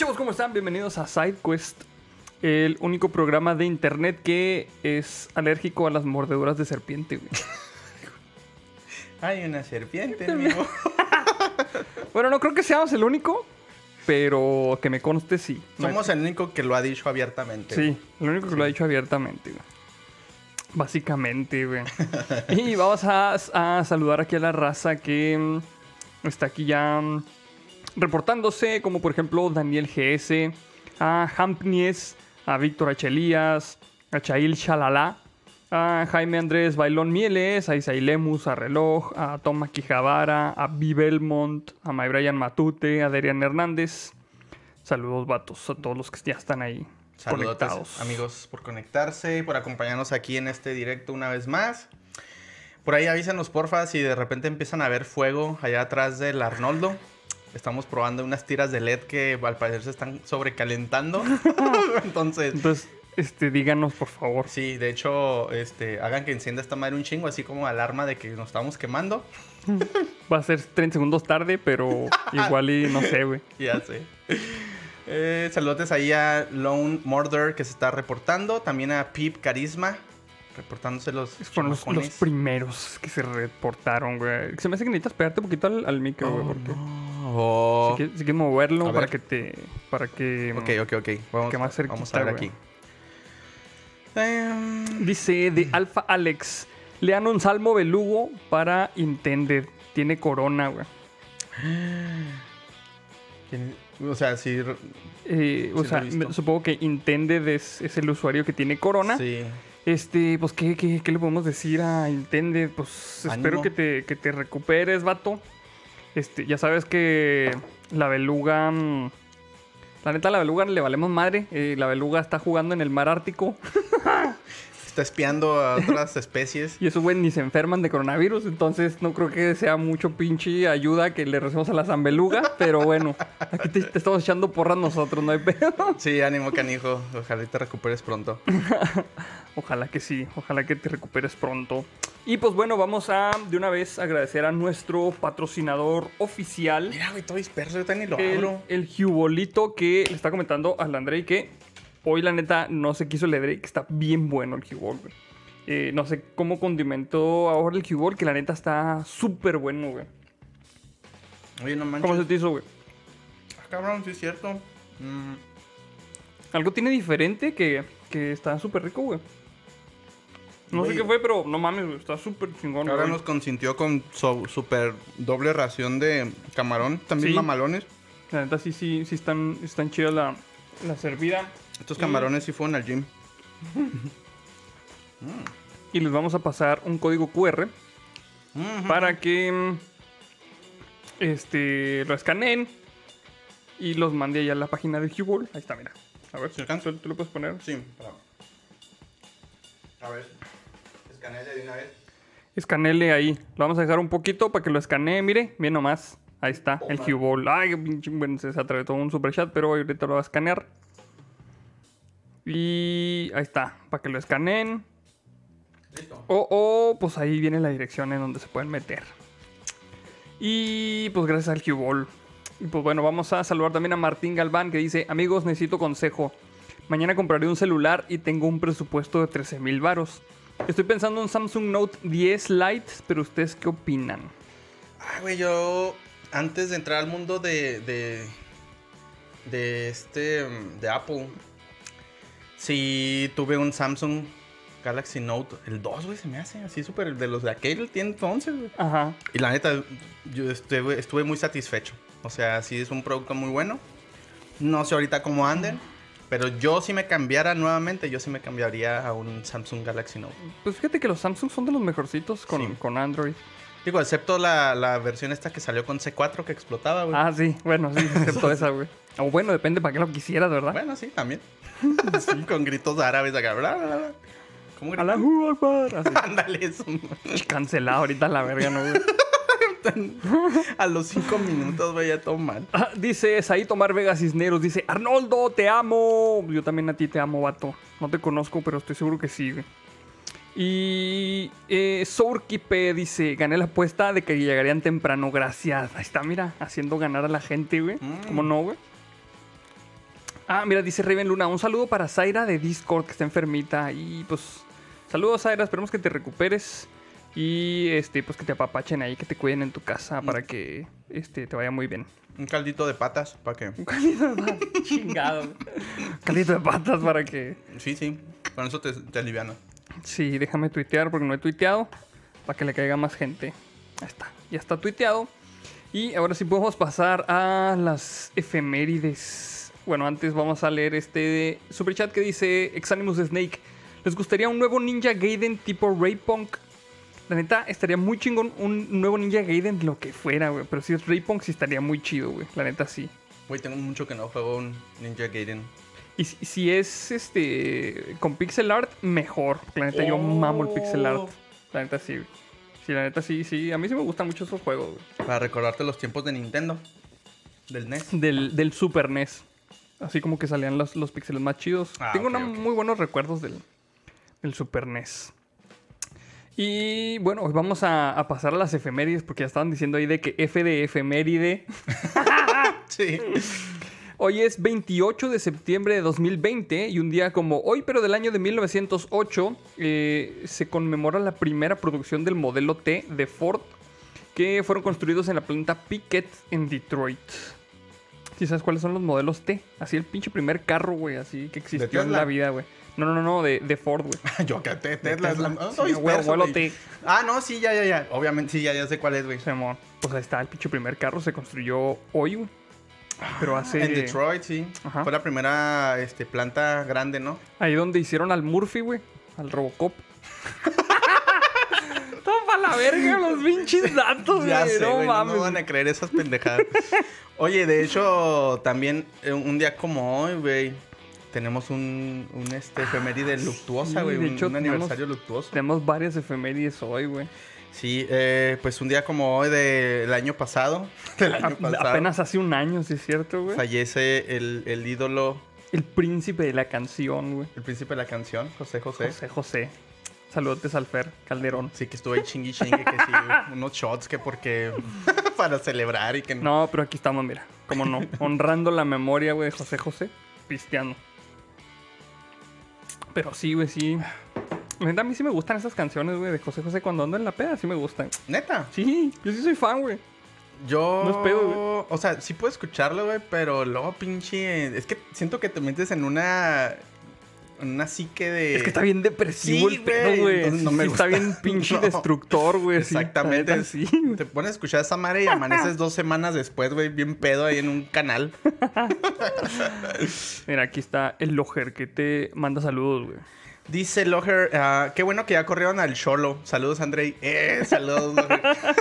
Chavos, ¿cómo están? Bienvenidos a SideQuest, el único programa de internet que es alérgico a las mordeduras de serpiente, güey. Hay una serpiente, amigo. Bueno, no creo que seamos el único, pero que me conste, sí. Somos el único que lo ha dicho abiertamente. Sí, el único que lo ha dicho abiertamente, güey. Básicamente, güey. Y vamos a saludar aquí a la raza que está aquí ya reportándose, como por ejemplo Daniel GS, a Hampnies, a Víctor H. Elías, a Chail Shalala, a Jaime Andrés Bailón Mieles, a Isaí Lemus, a Reloj, a Toma Quijabara, a Vi Belmont, a My Brian Matute, a Derian Hernández. Saludos, vatos, a todos los que ya están ahí. Saludos, conectados. amigos, por conectarse y por acompañarnos aquí en este directo una vez más. Por ahí avísanos, porfa, si de repente empiezan a ver fuego allá atrás del Arnoldo. Estamos probando unas tiras de LED que al parecer se están sobrecalentando. Entonces, díganos, por favor. sí, de hecho, hagan que encienda esta madre un chingo, así como alarma de que nos estamos quemando. Va a ser 30 segundos tarde, pero igual y no sé, güey. Ya sé. Saludos ahí a Lone Murder que se está reportando. También a Pip Carisma reportándose los Fueron los primeros que se reportaron, güey. Se me hace que necesitas pegarte un poquito al micro, güey, porque si quieres moverlo A para ver. que Ok. que más cerquita, vamos a ver güey. aquí. Dice de Alpha Alex, lean un salmo belugo para Intended. Tiene corona, güey. O sea, sí. O Sí, sea, lo he visto. supongo que Intended es el usuario que tiene corona. Sí. Pues, ¿qué le podemos decir a Intended? Pues, espero Ánimo. que te recuperes, vato. Ya sabes que la beluga... la neta, a la beluga le valemos madre. La beluga está jugando en el mar Ártico. Está espiando a otras especies. Y esos güey ni se enferman de coronavirus. Entonces, no creo que sea mucho pinche ayuda que le recibamos a la zambeluga. Pero bueno, aquí te estamos echando porras nosotros, no hay pedo. Sí, ánimo, canijo. Ojalá te recuperes pronto. Ojalá que sí, ojalá que te recuperes pronto. Y pues bueno, vamos a de una vez agradecer a nuestro patrocinador oficial, Mira, güey, todo disperso. Yo también ni lo abro. el Jubolito, que le está comentando al Andrei que hoy la neta no se quiso el Andrei, que está bien bueno el Jubol, güey. No sé cómo condimentó ahora el Jubol, que la neta está súper bueno, güey. Oye, no manches. ¿Cómo se te hizo, güey? Ah, cabrón, sí es cierto. Algo tiene diferente que está súper rico, güey. No sé Güey. qué fue, pero no mames, güey, está súper chingón, Ahora güey. nos consintió con super doble ración de camarón. También Sí. mamalones. La neta sí están chidas la servida. Estos camarones sí fueron al gym. Y les vamos a pasar un código QR para que lo escaneen y los mande allá a la página de Hubol. Ahí está, mira. A ver, ¿Se alcanza? ¿tú lo puedes poner? Sí, a ver. Escanea de una vez. Escanele ahí. Lo vamos a dejar un poquito para que lo escanee. Mire, bien nomás. Ahí está, el Toma. Hubol. Ay, qué pinche, bueno, se atravesó un super chat, pero ahorita lo va a escanear. Y ahí está, para que lo escaneen. Listo. O pues ahí viene la dirección en donde se pueden meter. Y pues gracias al Qball. Y pues bueno, vamos a saludar también a Martín Galván que dice: amigos, necesito consejo. Mañana compraré un celular y tengo un presupuesto de 13,000 varos. Estoy pensando en Samsung Note 10 Lite, pero ¿ustedes qué opinan? Ah, güey, yo antes de entrar al mundo de Apple, sí tuve un Samsung Galaxy Note, el 2, güey, se me hace así súper de los de aquel, tiene entonces, güey. Ajá. Y la neta, yo estuve muy satisfecho. O sea, sí es un producto muy bueno. No sé ahorita cómo anden, pero yo si me cambiara nuevamente, yo sí me cambiaría a un Samsung Galaxy Note. Pues fíjate que los Samsung son de los mejorcitos con, Sí. con Android. Digo, excepto la versión esta que salió con C4 que explotaba, güey. Ah, sí, bueno, sí, excepto esa, güey. O bueno, depende para qué lo quisieras, ¿verdad? Bueno, sí, también. Sí, con gritos árabes acá. Bla, bla, bla. ¿Cómo gritan? Allahu Akbar. Así. Ándale, eso. Cancelado ahorita la verga, ¿no, güey? A los 5 minutos, güey, ya todo mal. Ah, dice Saí Tomar Vega Cisneros, dice: Arnoldo, te amo. Yo también a ti te amo, vato. No te conozco, pero estoy seguro que sí, güey. Y Sourkipe dice: gané la apuesta de que llegarían temprano, gracias. Ahí está, mira, haciendo ganar a la gente, güey. ¿Cómo no, güey? Ah, mira, dice Raven Luna, un saludo para Zaira de Discord, que está enfermita. Y pues, saludos Zaira, esperemos que te recuperes. Y pues que te apapachen ahí, que te cuiden en tu casa para que te vaya muy bien. Un caldito de patas, ¿para qué? Un caldito de patas, chingado. Un caldito de patas para que... Sí, con eso te aliviana. Sí, déjame tuitear porque no he tuiteado, para que le caiga más gente. Ahí está, ya está tuiteado. Y ahora sí podemos pasar a las efemérides. Bueno, antes vamos a leer este superchat que dice Exanimus Snake. ¿Les gustaría un nuevo Ninja Gaiden tipo Ray Punk? La neta, estaría muy chingón un nuevo Ninja Gaiden, lo que fuera, güey. Pero si es Ray Punk, sí estaría muy chido, güey. La neta, sí. Güey, tengo mucho que no juego un Ninja Gaiden. Y si es con pixel art, mejor. Porque la neta, yo mamo el pixel art. La neta, sí. Sí, la neta, sí. A mí sí me gustan mucho esos juegos, güey. Para recordarte los tiempos de Nintendo. Del NES. Del Super NES. Así como que salían los píxeles más chidos. Tengo okay. Muy buenos recuerdos del Super NES. Y bueno, hoy vamos a pasar a las efemérides porque ya estaban diciendo ahí de que F de efeméride. Sí. Hoy es 28 de septiembre de 2020 y un día como hoy, pero del año de 1908, se conmemora la primera producción del modelo T de Ford que fueron construidos en la planta Pickett en Detroit. ¿Sí sabes cuáles son los modelos T? Así el pinche primer carro, güey, así que existió en la vida, güey. No, de Ford, güey. Yo que Tesla es la... Modelo T. Ah, no, sí, ya. Obviamente, sí, ya sé cuál es, güey. Simón. Pues ahí está, el pinche primer carro se construyó hoy, güey. Pero hace... En Detroit, sí. Ajá. Fue la primera planta grande, ¿no? Ahí donde hicieron al Murphy, güey. Al Robocop. Toma la verga los pinches datos, güey. Ya sé, güey. No van a creer esas pendejadas. Oye, de hecho, también un día como hoy, güey, tenemos un efeméride luctuosa, güey. Sí, un aniversario luctuoso. Tenemos varias efemérides hoy, güey. Sí, pues un día como hoy del año pasado. Apenas hace un año, sí es cierto, güey. Fallece el ídolo. El príncipe de la canción, güey. El príncipe de la canción, José José. José. Saludos al Fer Calderón. Sí, que estuve ahí chingui, que sí, unos shots que porque... para celebrar y que... No, pero aquí estamos, mira. Cómo no. Honrando la memoria, güey, de José José. Pisteando. Pero sí, güey, sí. A mí sí me gustan esas canciones, güey, de José José. Cuando ando en la peda, sí me gustan. ¿Neta? Sí, yo sí soy fan, güey. Yo... No es pedo, güey. O sea, sí puedo escucharlo, güey, pero luego pinche... Es que siento que te metes en una psique de... Es que está bien depresivo el pedo, güey. No me gusta. Está bien pinche destructor, güey. Exactamente. Sí. Te pones a escuchar esa madre y amaneces 2 semanas después, güey, bien pedo ahí en un canal. Mira, aquí está el Loger que te manda saludos, güey. Dice Loger, qué bueno que ya corrieron al Cholo. Saludos, Andrei. Saludos, Loger.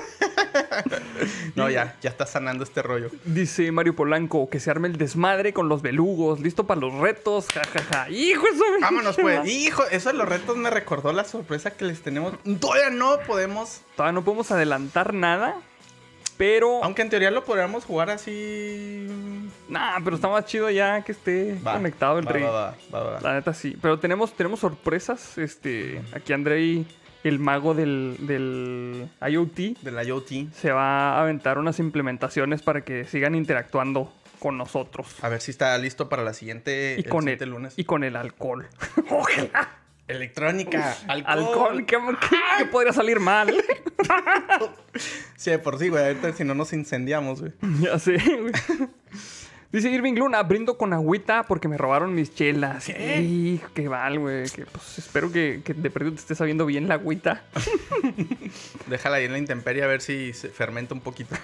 No, ya está sanando este rollo. Dice Mario Polanco, que se arme el desmadre con los belugos. Listo para los retos, jajaja. ¡Hijo, eso! Vámonos, pues. Hijo, eso de los retos me recordó la sorpresa que les tenemos. Todavía no podemos adelantar nada. Pero... Aunque en teoría lo podríamos jugar así... Nah, pero está más chido ya que esté conectado el rey. Va. La neta sí. Pero tenemos sorpresas. Aquí Andrei, el mago del IoT. Del IoT. Se va a aventar unas implementaciones para que sigan interactuando con nosotros. A ver si está listo para la siguiente... el siguiente lunes. Y con el alcohol. Ojalá. Electrónica, alcohol. ¿Qué podría salir mal? Sí, de por sí, güey. Ahorita si no nos incendiamos, güey. Ya sé, güey. Dice Irving Luna, brindo con agüita porque me robaron mis chelas. Qué mal, güey. Pues, espero que de perdido te esté sabiendo bien la agüita. Déjala ahí en la intemperie a ver si se fermenta un poquito.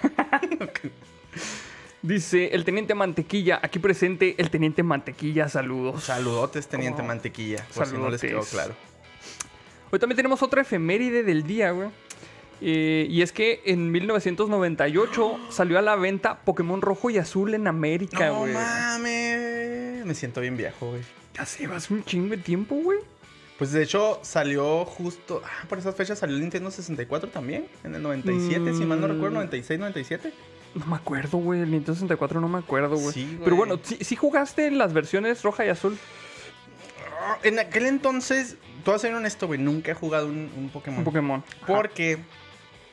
Dice el Teniente Mantequilla, aquí presente el Teniente Mantequilla, saludos. Saludotes, Teniente Mantequilla, por si no les quedó claro. Hoy también tenemos otra efeméride del día, güey. Y es que en 1998 salió a la venta Pokémon Rojo y Azul en América, güey. No mames, me siento bien viejo, güey. Ya se va hace un chingo de tiempo, güey. Pues de hecho salió justo... por esas fechas salió el Nintendo 64 también, en el 97, si mal no recuerdo, 96, 97. No me acuerdo, güey. El Nintendo 64 no me acuerdo, güey. Sí, güey. Pero bueno, ¿sí jugaste en las versiones roja y azul? En aquel entonces, todo a ser honesto, güey, nunca he jugado un Pokémon. Un Pokémon. Porque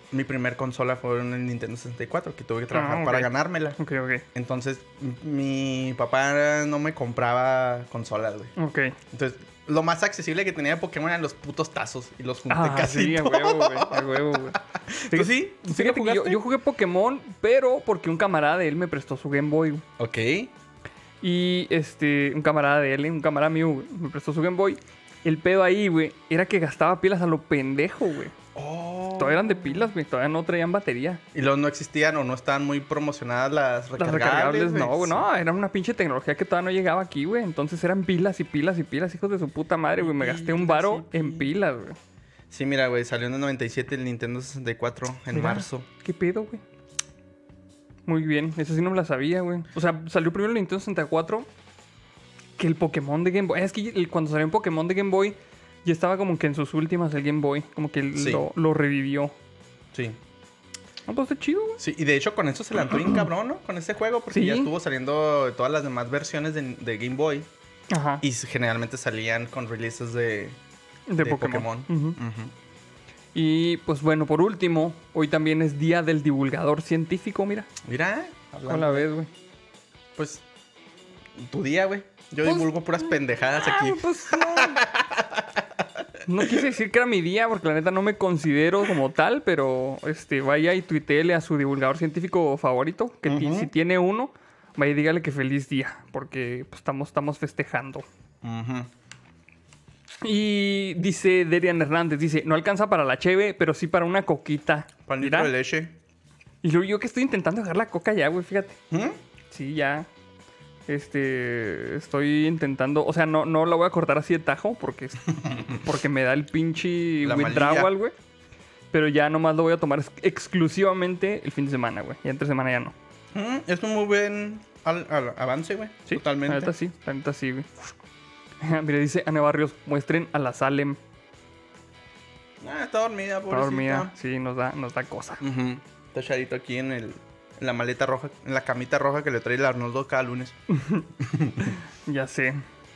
Mi primer consola fue en el Nintendo 64, que tuve que trabajar para ganármela. Ok. Entonces, mi papá no me compraba consolas, güey. Ok. Entonces, lo más accesible que tenía de Pokémon eran los putos tazos. Y los junté casi sí, todos. a huevo, güey. ¿Tú sí? Fíjate que yo jugué Pokémon, pero porque un camarada de él me prestó su Game Boy. Ok. Y un camarada de él, un camarada mío, güey, me prestó su Game Boy. El pedo ahí, güey, era que gastaba pilas a lo pendejo, güey. Oh. Todavía eran de pilas, güey. Todavía no traían batería. Y luego no existían o no estaban muy promocionadas las recargables. Las recargables, no, güey. Sí. No, era una pinche tecnología que todavía no llegaba aquí, güey. Entonces eran pilas y pilas y pilas, hijos de su puta madre, güey. Me gasté un varo en pilas, güey. Sí, mira, güey. Salió en el 97 el Nintendo 64 en marzo. ¿Qué pedo, güey? Muy bien. Eso sí no me la sabía, güey. O sea, salió primero el Nintendo 64 que el Pokémon de Game Boy. Es que cuando salió un Pokémon de Game Boy, ya estaba como que en sus últimas el Game Boy. Como que Sí. lo revivió. Sí. No, pues está chido, güey. Sí, y de hecho con eso se lanzó bien cabrón, ¿no? Con ese juego, porque Sí. ya estuvo saliendo todas las demás versiones de Game Boy. Ajá. Y generalmente salían con releases de Pokémon. Ujú. Ujú. Y pues bueno, por último, hoy también es Día del Divulgador Científico, mira. Mira, ¿Cómo la ves, güey? pues tu día, güey. Yo Pues, divulgo puras pendejadas aquí. Pues no quise decir que era mi día, porque la neta no me considero como tal, pero vaya y tuiteele a su divulgador científico favorito, que si tiene uno, vaya y dígale que feliz día, porque pues, estamos festejando. Ujú. Y dice Derian Hernández, dice, no alcanza para la cheve, pero sí para una coquita. Pan Mira. de leche. Y luego yo que estoy intentando dejar la coca ya, güey, fíjate. ¿Mm? Sí, ya. Estoy intentando, o sea, no la voy a cortar así de tajo porque me da el pinche La withdrawal, güey. Pero ya nomás lo voy a tomar exclusivamente el fin de semana, güey. Y entre semana ya no. Es un muy buen avance, güey. Sí, Totalmente. la neta sí, güey. Mira, dice Ana Barrios, muestren a la Salem. Está dormida, pobrecita. Está dormida, sí, nos da cosa. Ujú. Está Charito aquí en la maleta roja, en la camita roja que le trae el Arnoldo cada lunes. Ya sé.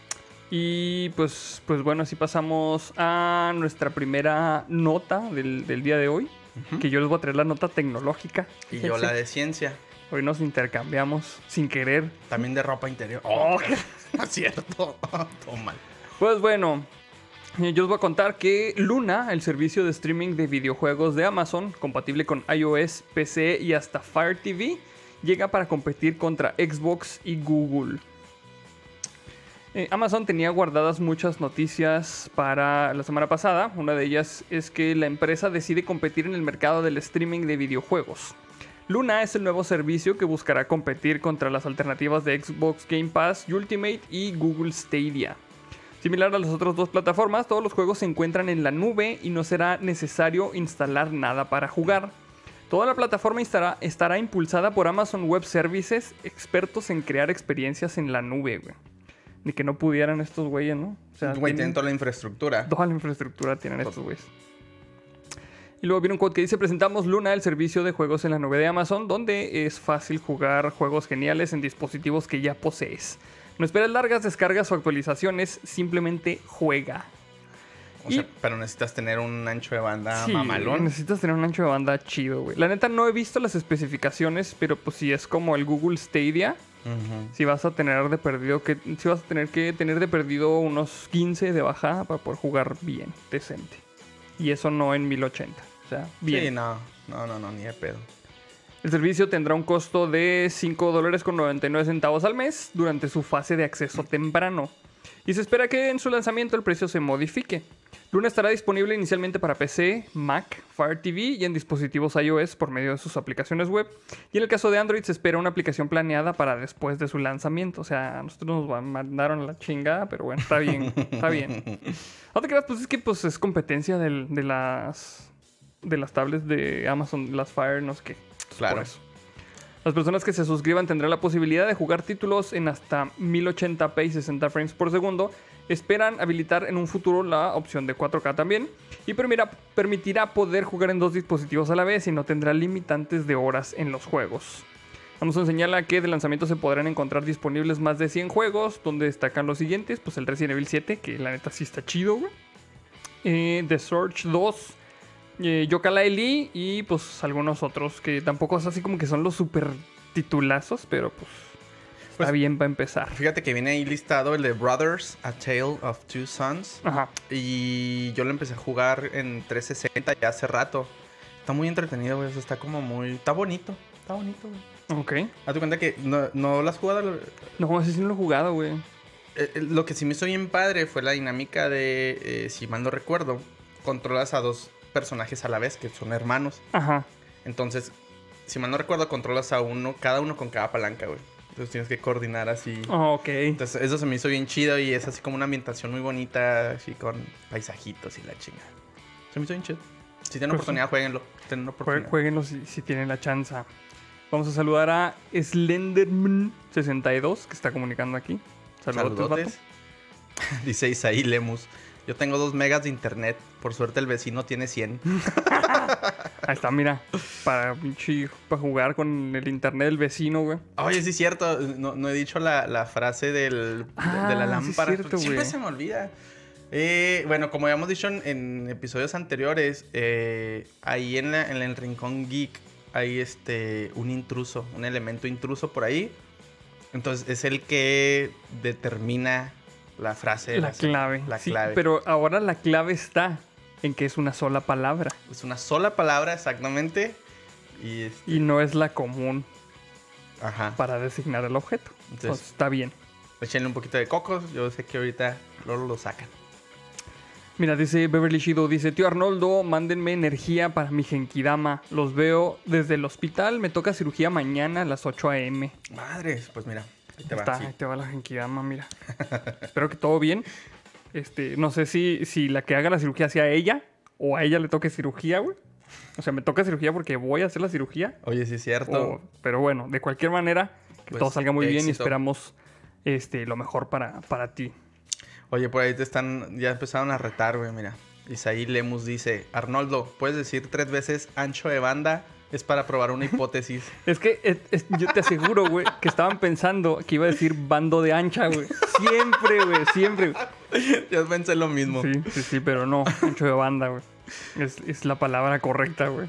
Y pues bueno, así pasamos a nuestra primera nota del día de hoy. Que yo les voy a traer la nota tecnológica. Y yo la de ciencia. Hoy nos intercambiamos sin querer. También de ropa interior. Oh, Cierto. Todo mal. Pues bueno, yo les voy a contar que Luna, el servicio de streaming de videojuegos de Amazon, compatible con iOS, PC y hasta Fire TV, llega para competir contra Xbox y Google. Amazon tenía guardadas muchas noticias para la semana pasada. Una de ellas es que la empresa decide competir en el mercado del streaming de videojuegos. Luna es el nuevo servicio que buscará competir contra las alternativas de Xbox Game Pass Ultimate y Google Stadia. Similar a las otras dos plataformas, todos los juegos se encuentran en la nube y no será necesario instalar nada para jugar. Toda la plataforma estará impulsada por Amazon Web Services, expertos en crear experiencias en la nube, güey. Ni que no pudieran estos güeyes, ¿no? O sea, Güey, tienen toda la infraestructura. toda la infraestructura tienen estos güeyes. Y luego viene un quote que dice, presentamos Luna, el servicio de juegos en la nube de Amazon, donde es fácil jugar juegos geniales en dispositivos que ya posees. No esperes largas descargas o actualizaciones, simplemente juega. O sea, pero necesitas tener un ancho de banda Sí, mamalón. necesitas tener un ancho de banda chido, güey. La neta no he visto las especificaciones, pero pues si es como el Google Stadia, si vas a tener de perdido si vas a tener que tener de perdido unos 15 de bajada para poder jugar bien, decente. Y eso no en 1080. O sea, bien. Sí, no, ni de pedo. El servicio tendrá un costo de $5.99 al mes durante su fase de acceso temprano. Y se espera que en su lanzamiento el precio se modifique. Luna estará disponible inicialmente para PC, Mac, Fire TV y en dispositivos iOS por medio de sus aplicaciones web. Y en el caso de Android se espera una aplicación planeada para después de su lanzamiento. O sea, a nosotros nos mandaron a la chingada, pero bueno, está bien, está bien. No te creas, pues es que pues, es competencia de las tablets de Amazon, las Fire, no sé qué. Claro. Por eso. Las personas que se suscriban tendrán la posibilidad de jugar títulos en hasta 1080p y 60 frames por segundo. Esperan habilitar en un futuro la opción de 4K también. Y permitirá poder jugar en dos dispositivos a la vez y no tendrá limitantes de horas en los juegos. Amazon señala que de lanzamiento se podrán encontrar disponibles más de 100 juegos, donde destacan los siguientes. Pues el Resident Evil 7, que la neta sí está chido, güey. The Surge 2. Yooka-Laylee y pues algunos otros que tampoco es así como que son los super titulazos, pero pues está bien para empezar. Fíjate que viene ahí listado el de Brothers, A Tale of Two Sons. Ajá. Y yo lo empecé a jugar en 360 ya hace rato. Está muy entretenido, güey. O sea, está como muy... Está bonito, güey. Ok. Haz tu cuenta que no lo has jugado. No, ese sí no lo he jugado, güey. Lo que sí me hizo bien padre fue la dinámica de, si mal no recuerdo, controlas a dos personajes a la vez, que son hermanos. Ajá. Entonces, si mal no recuerdo, controlas a uno, cada uno con cada palanca, güey. Entonces tienes que coordinar así. Oh, ok. Entonces eso se me hizo bien chido y es así como una ambientación muy bonita, así con paisajitos y la chinga. Se me hizo bien chido. Si tienen Pues oportunidad, jueguenlo. Tienen oportunidad. Jueguenlo si tienen la chance. Vamos a saludar a Slenderman62, que está comunicando aquí. Saludotes. Dice Isaí Lemus. Yo tengo 2 megas de internet. Por suerte el vecino tiene 100. Ahí está, mira. Para jugar con el internet del vecino, güey. Oye, sí es cierto. No he dicho la frase de la lámpara. Sí es cierto, Siempre güey. se me olvida. Bueno, como habíamos dicho en episodios anteriores, ahí en el Rincón Geek hay un intruso, un elemento intruso por ahí. Entonces es el que determina la frase. La clave. La Sí, clave. pero ahora la clave está en que es una sola palabra. Es una sola palabra exactamente. Y no es la común Ajá. para designar el objeto. Entonces, Está bien. échenle un poquito de cocos. Yo sé que ahorita lo sacan. Mira, dice Beverly Shido, dice, tío Arnoldo, mándenme energía para mi genkidama. Los veo desde el hospital, me toca cirugía mañana a las 8 a.m. Madres, pues mira, ahí te va. Está, Sí. ahí te va la genkidama, mira. Espero que todo bien. No sé si la que haga la cirugía sea ella o a ella le toque cirugía, güey. O sea, me toca cirugía porque voy a hacer la cirugía. Oye, sí es cierto. Pero bueno, de cualquier manera, que Pues, todo salga muy bien y éxito. esperamos lo mejor para ti. Oye, por ahí ya empezaron a retar, güey, mira. Isaí Lemus dice, Arnoldo, ¿puedes decir 3 veces ancho de banda? Es para probar una hipótesis. Es que yo te aseguro, güey, que estaban pensando que iba a decir bando de ancha, güey. Siempre, güey, siempre. Yo pensé lo mismo. Sí, pero no, ancho de banda, güey. Es la palabra correcta, güey.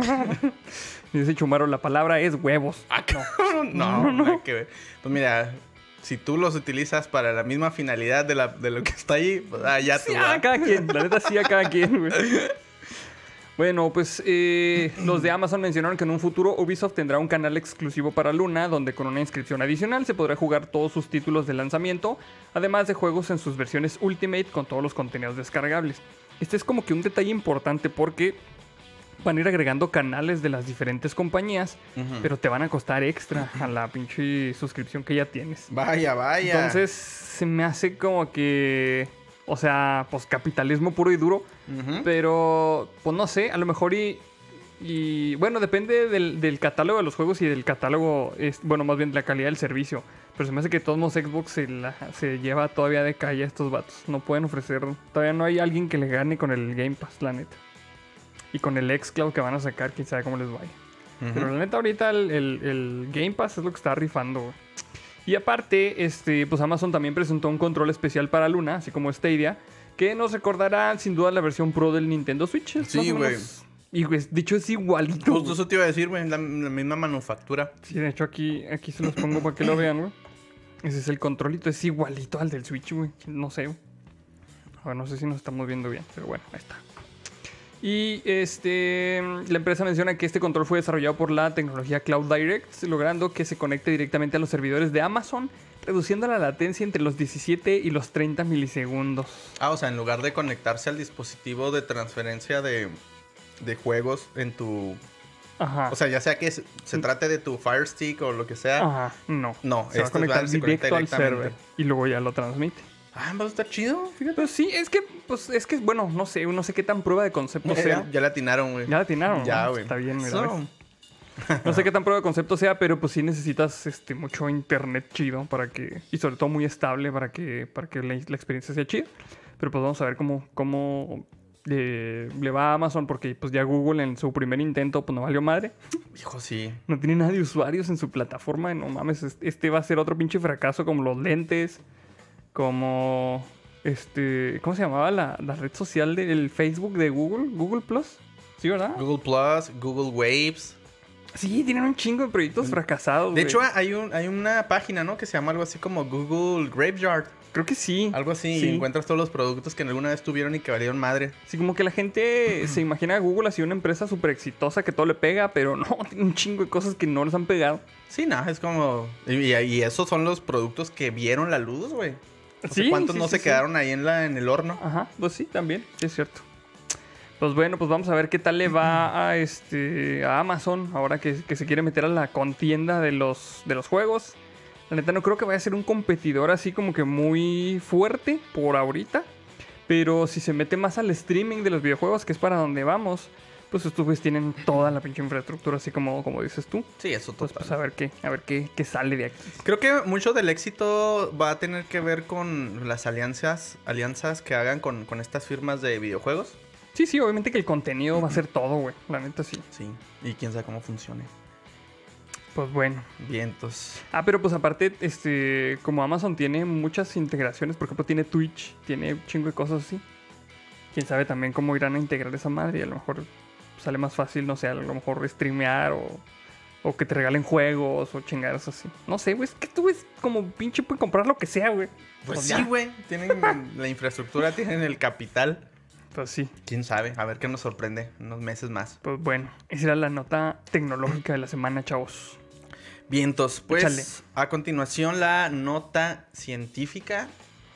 Dice Chumaro, la palabra es huevos. No, nada que ver. Pues mira, si tú los utilizas para la misma finalidad de lo que está ahí, pues ya tú. Sí, a cada quien, la neta sí a cada quien, güey. Bueno, pues los de Amazon mencionaron que en un futuro Ubisoft tendrá un canal exclusivo para Luna, donde con una inscripción adicional se podrá jugar todos sus títulos de lanzamiento, además de juegos en sus versiones Ultimate con todos los contenidos descargables. Este es como que un detalle importante porque van a ir agregando canales de las diferentes compañías, pero te van a costar extra a la pinche suscripción que ya tienes. Vaya. Entonces se me hace como que... O sea, pues capitalismo puro y duro. Pero, pues no sé, a lo mejor y bueno, depende del catálogo de los juegos y del catálogo, bueno, más bien de la calidad del servicio. Pero se me hace que de todos modos Xbox se lleva todavía de calle a estos vatos. No pueden ofrecer, todavía no hay alguien que le gane con el Game Pass, la neta. Y con el xCloud que van a sacar, quién sabe cómo les vaya. Pero la neta ahorita el Game Pass es lo que está rifando, güey. Y aparte, pues Amazon también presentó un control especial para Luna, así como Stadia, que nos recordará sin duda la versión Pro del Nintendo Switch. Sí, güey. Y pues, dicho es igualito. Justo eso te iba a decir, güey, la misma manufactura. Sí, de hecho aquí se los pongo para que lo vean, güey. Ese es el controlito, es igualito al del Switch, güey. No sé, güey. A ver, no sé si nos estamos viendo bien, pero bueno, ahí está. Y la empresa menciona que este control fue desarrollado por la tecnología Cloud Direct, logrando que se conecte directamente a los servidores de Amazon, reduciendo la latencia entre los 17 y los 30 milisegundos. O sea, en lugar de conectarse al dispositivo de transferencia de juegos en tu... Ajá. O sea, ya sea que se trate de tu Fire Stick o lo que sea. Ajá, no. No, se va a conectar se conecta directo al directamente. server y luego ya lo transmite. Va a estar chido, fíjate. Pues sí, es que, bueno, no sé qué tan prueba de concepto sea. Ya la atinaron, güey. Ya la atinaron, Ya, ¿no? güey. Está bien, mira. So. ¿Ves? No sé qué tan prueba de concepto sea, pero pues sí necesitas mucho internet chido para que... Y sobre todo muy estable para que la experiencia sea chida. Pero pues vamos a ver cómo le va a Amazon, porque pues ya Google en su primer intento pues no valió madre. Hijo, sí. No tiene nada de usuarios en su plataforma. No mames, va a ser otro pinche fracaso como los lentes. Como... ¿Cómo se llamaba la red social del Facebook de Google? ¿Google Plus? Sí, ¿verdad? Google Plus, Google Waves. Sí, tienen un chingo de proyectos fracasados, De güey. hecho, hay una página, ¿no? Que se llama algo así como Google Graveyard. Creo que sí. Algo así. Sí. Y encuentras todos los productos que alguna vez tuvieron y que valieron madre. Sí, como que la gente se imagina a Google así una empresa súper exitosa que todo le pega, pero no, tiene un chingo de cosas que no les han pegado. Sí, no, es como... Y esos son los productos que vieron la luz, güey. No sé Sí, cuántos sí, no sí, se sí. quedaron ahí en el horno. Ajá, pues sí, también, sí es cierto. Pues bueno, pues vamos a ver qué tal le va a Amazon ahora que se quiere meter a la contienda de los juegos. La neta no creo que vaya a ser un competidor así como que muy fuerte por ahorita. Pero si se mete más al streaming de los videojuegos, que es para donde vamos, pues estos güeyes tienen toda la pinche infraestructura así como dices tú. Sí, eso Pues, total. pues a ver qué sale de aquí. Creo que mucho del éxito va a tener que ver con las alianzas que hagan con estas firmas de videojuegos. Sí, obviamente que el contenido va a ser todo, güey. La neta sí. Sí, y quién sabe cómo funcione. Pues bueno. Vientos. Pero pues aparte, como Amazon tiene muchas integraciones, por ejemplo, tiene Twitch, tiene un chingo de cosas así. Quién sabe también cómo irán a integrar esa madre y a lo mejor sale más fácil, no sé, a lo mejor streamear o que te regalen juegos o chingadas así. No sé, güey, es que tú ves como pinche puedes comprar lo que sea, güey. Pues Pues sí, ya. güey. Tienen la infraestructura, tienen el capital. Pues sí, Quién sabe, a ver qué nos sorprende en unos meses más. pues bueno, esa era la nota tecnológica de la semana, chavos. Vientos, pues Échale. a continuación la nota científica.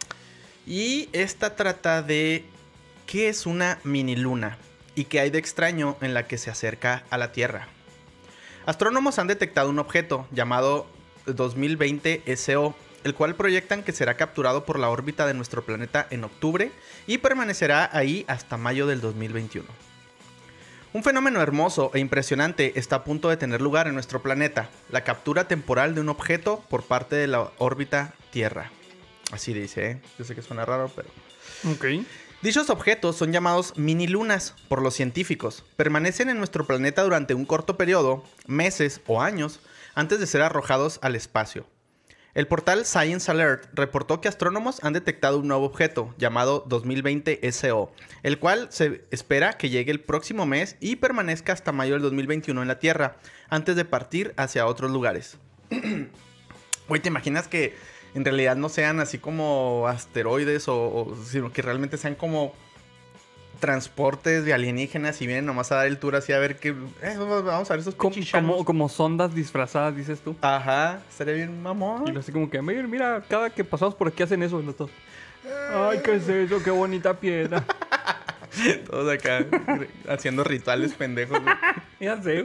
Y esta trata de qué es una mini luna y qué hay de extraño en la que se acerca a la Tierra. Astrónomos han detectado un objeto llamado 2020 SO, el cual proyectan que será capturado por la órbita de nuestro planeta en octubre y permanecerá ahí hasta mayo del 2021. Un fenómeno hermoso e impresionante está a punto de tener lugar en nuestro planeta, la captura temporal de un objeto por parte de la órbita Tierra. Así dice, ¿eh? Yo sé que suena raro, pero... Ok. Dichos objetos son llamados mini lunas por los científicos. Permanecen en nuestro planeta durante un corto periodo, meses o años, antes de ser arrojados al espacio. El portal Science Alert reportó que astrónomos han detectado un nuevo objeto llamado 2020 SO, el cual se espera que llegue el próximo mes y permanezca hasta mayo del 2021 en la Tierra, antes de partir hacia otros lugares. Güey, ¿te imaginas que en realidad no sean así como asteroides sino que realmente sean como transportes de alienígenas y vienen nomás a dar el tour así a ver qué... vamos a ver esos pinches chanos. Como sondas disfrazadas, dices tú. Ajá, estaría bien mamón. Y lo así como que, mira, cada que pasamos por aquí hacen eso. Los dos. Ay, ¿qué es eso? Qué bonita piedra. Todos acá haciendo rituales pendejos. Güey. Ya sé.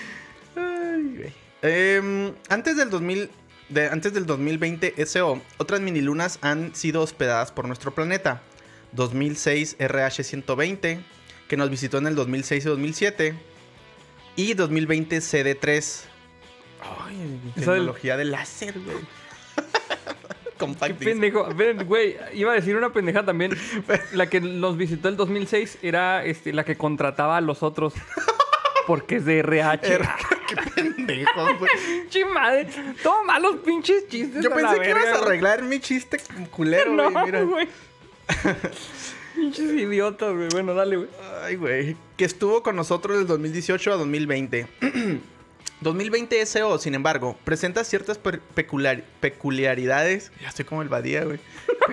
Ay, güey. Antes del 2020 SO, otras minilunas han sido hospedadas por nuestro planeta. 2006 RH120, que nos visitó en el 2006 y 2007. Y 2020 CD3. Ay, tecnología de láser, güey. Qué Compact disc. pendejo. Ven, güey, iba a decir una pendeja también. La que nos visitó el 2006 era la que contrataba a los otros. Porque es de RH. Qué pendejo, güey. Pinche madre. Todo malos pinches chistes. Yo a la pensé que ibas verga, a arreglar mi chiste culero, güey. güey. No, Mira. güey. Pinches idiotas, güey. Bueno, dale, güey. Ay, güey. Que estuvo con nosotros del 2018 a 2020. 2020 SO, sin embargo, presenta ciertas peculiaridades. Ya estoy como el Badía, güey.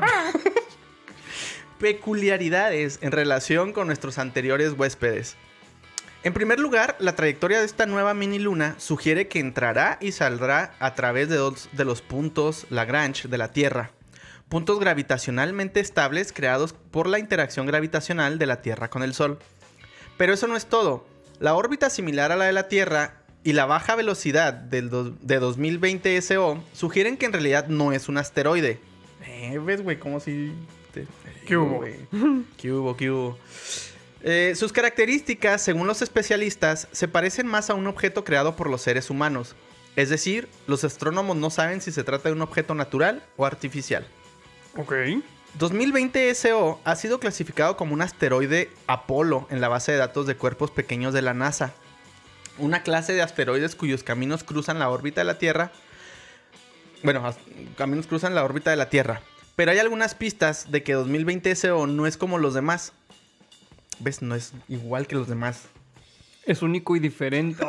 Peculiaridades en relación con nuestros anteriores huéspedes. En primer lugar, la trayectoria de esta nueva mini luna sugiere que entrará y saldrá a través de los puntos Lagrange de la Tierra. Puntos gravitacionalmente estables creados por la interacción gravitacional de la Tierra con el Sol. Pero eso no es todo. La órbita similar a la de la Tierra y la baja velocidad de 2020 SO sugieren que en realidad no es un asteroide. ¿Ves, güey? Como si... ¿Qué hubo? ¿Qué hubo? ¿Qué hubo? Sus características, según los especialistas, se parecen más a un objeto creado por los seres humanos. Es decir, los astrónomos no saben si se trata de un objeto natural o artificial. Ok. 2020 SO ha sido clasificado como un asteroide Apolo en la base de datos de cuerpos pequeños de la NASA. Una clase de asteroides cuyos caminos cruzan la órbita de la Tierra. Bueno, caminos cruzan la órbita de la Tierra. Pero hay algunas pistas de que 2020 SO no es como los demás. ¿Ves? No es igual que los demás. Es único y diferente.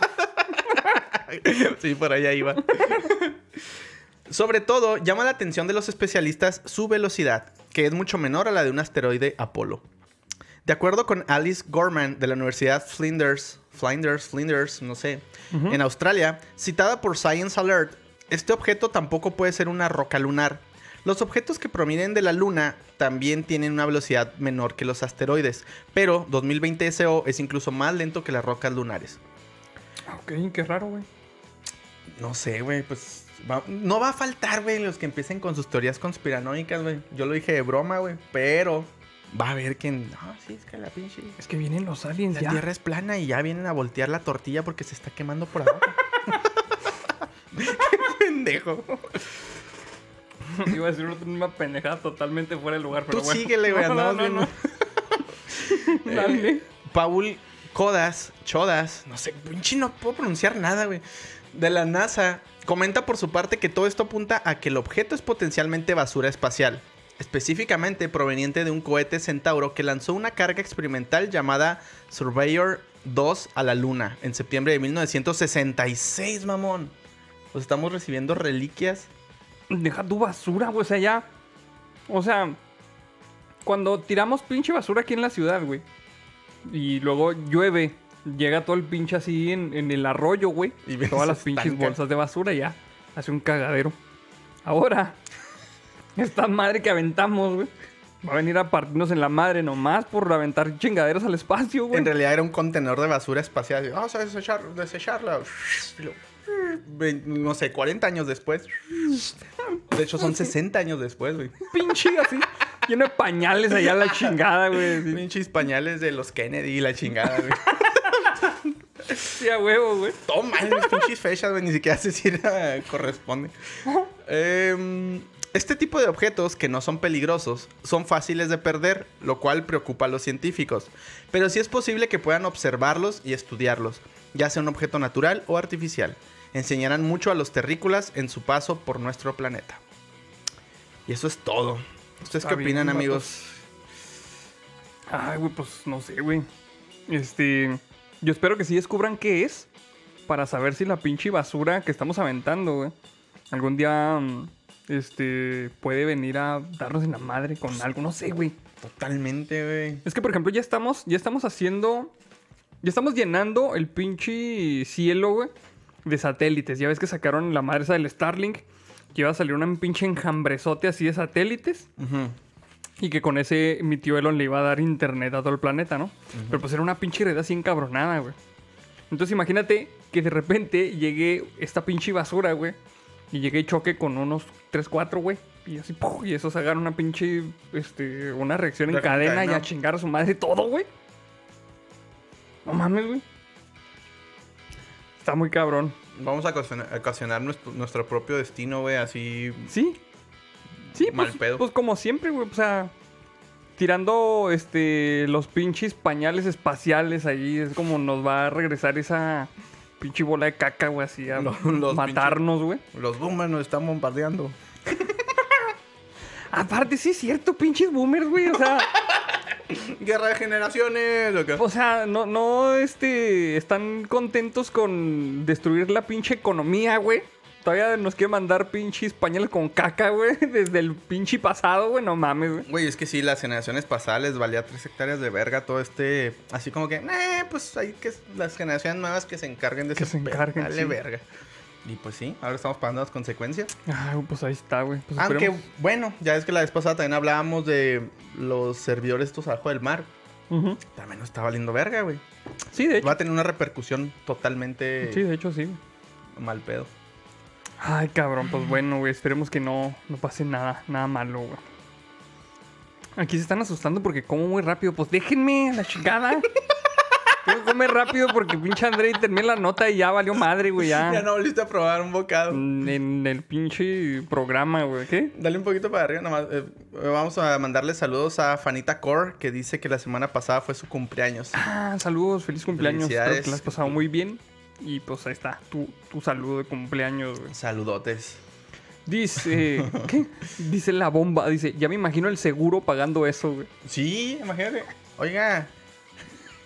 Sí, por allá iba. Sobre todo, llama la atención de los especialistas su velocidad, que es mucho menor a la de un asteroide Apolo. De acuerdo con Alice Gorman de la Universidad Flinders, no sé, en Australia, citada por Science Alert, este objeto tampoco puede ser una roca lunar. Los objetos que provienen de la Luna también tienen una velocidad menor que los asteroides, pero 2020 SO es incluso más lento que las rocas lunares. Ok, qué raro, güey. No sé, güey, pues no va a faltar, güey, los que empiecen con sus teorías conspiranoicas, güey. Yo lo dije de broma, güey, pero va a haber quien... No, sí, es que la pinche... Es que vienen los aliens La ya. tierra es plana y ya vienen a voltear la tortilla porque se está quemando por abajo. Qué pendejo. Iba a decir una pendejada totalmente fuera de lugar, pero Tú bueno. síguele, güey, andamos viendo. Dale. Paul Chodas, no sé, pinche no puedo pronunciar nada, güey. De la NASA, comenta por su parte que todo esto apunta a que el objeto es potencialmente basura espacial. Específicamente proveniente de un cohete Centauro que lanzó una carga experimental llamada Surveyor 2 a la Luna en septiembre de 1966, mamón. Pues estamos recibiendo reliquias. Deja tu basura, güey. O sea, ya. O sea, cuando tiramos pinche basura aquí en la ciudad, güey. Y luego llueve. Llega todo el pinche así en el arroyo, güey. Y todas las se pinches estanca. bolsas de basura ya. Hace un cagadero. Ahora, esta madre que aventamos, güey. Va a venir a partirnos en la madre nomás por aventar chingaderos al espacio, güey. En realidad era un contenedor de basura espacial. Vamos a desecharla. No sé, 40 años después. De hecho, son 60 años después, güey. Pinche así. Lleno de pañales allá la chingada, güey. Sí. Pinches pañales de los Kennedy y la chingada, güey. Sí, a huevo, güey. Toma, mis pinches fechas, güey. Ni siquiera sé si corresponde. Este tipo de objetos que no son peligrosos son fáciles de perder, lo cual preocupa a los científicos. Pero sí es posible que puedan observarlos y estudiarlos, ya sea un objeto natural o artificial. Enseñarán mucho a los terrícolas en su paso por nuestro planeta. Y eso es todo. ¿Ustedes qué opinan, bien, amigos? Ay, güey, pues no sé, güey. Yo espero que sí descubran qué es. Para saber si la pinche basura que estamos aventando, güey, algún día, puede venir a darnos en la madre con algo. No sé, güey. Totalmente, güey. Es que, por ejemplo, ya estamos haciendo... Ya estamos llenando el pinche cielo, güey, de satélites. Ya ves que sacaron la madre esa del Starlink. Que iba a salir un pinche enjambrezote así de satélites. Y que con ese mi tío Elon le iba a dar internet a todo el planeta, ¿no? Pero pues era una pinche red así encabronada, güey. Entonces imagínate que de repente llegue esta pinche basura, güey. Y llegue y choque con unos 3, 4, güey. Y así, ¡puf! Y eso se haga una pinche, una reacción en cadena y a chingar a su madre todo, güey. No mames, güey. Está muy cabrón. Vamos a ocasionar nuestro propio destino, güey, así... Sí. Sí, mal pedo. Pues como siempre, güey. O sea, tirando los pinches pañales espaciales ahí. Es como nos va a regresar esa pinche bola de caca, güey, así a matarnos, güey. Los boomers nos están bombardeando. Aparte, sí es cierto, pinches boomers, güey. O sea... Guerra de generaciones. O sea, no, están contentos con destruir la pinche economía, güey. Todavía nos quiere mandar pinches pañales con caca, güey. Desde el pinche pasado, güey. No mames, güey. Güey, es que sí, las generaciones pasadas les valía 3 hectáreas de verga todo así como que, pues hay que las generaciones nuevas que se encarguen de que se encarguen, dale sí. Verga. Y pues sí, ahora estamos pagando las consecuencias. Ay, pues ahí está, güey. Pues Aunque, esperemos. bueno, ya es que la vez pasada también hablábamos de los servidores estos abajo del mar. También nos está valiendo verga, güey. Sí, de hecho. Va a tener una repercusión totalmente Sí, de hecho, sí. mal pedo. Ay, cabrón, pues bueno, güey. Esperemos que no pase nada malo, güey. Aquí se están asustando porque como muy rápido. Pues déjenme a la chingada. Tengo que comer rápido porque pinche Andrei terminé la nota y ya valió madre, güey. Ya no volviste a probar un bocado. En el pinche programa, güey. ¿Qué? Dale un poquito para arriba nomás. Vamos a mandarle saludos a Fanita Core, que dice que la semana pasada fue su cumpleaños. Ah, saludos, feliz cumpleaños. Espero Felicidades. que la has pasado muy bien. Y pues ahí está, tu saludo de cumpleaños, güey. Saludotes. Dice, ¿qué? Dice la bomba, dice, ya me imagino el seguro pagando eso, güey. Sí, imagínate. Oiga,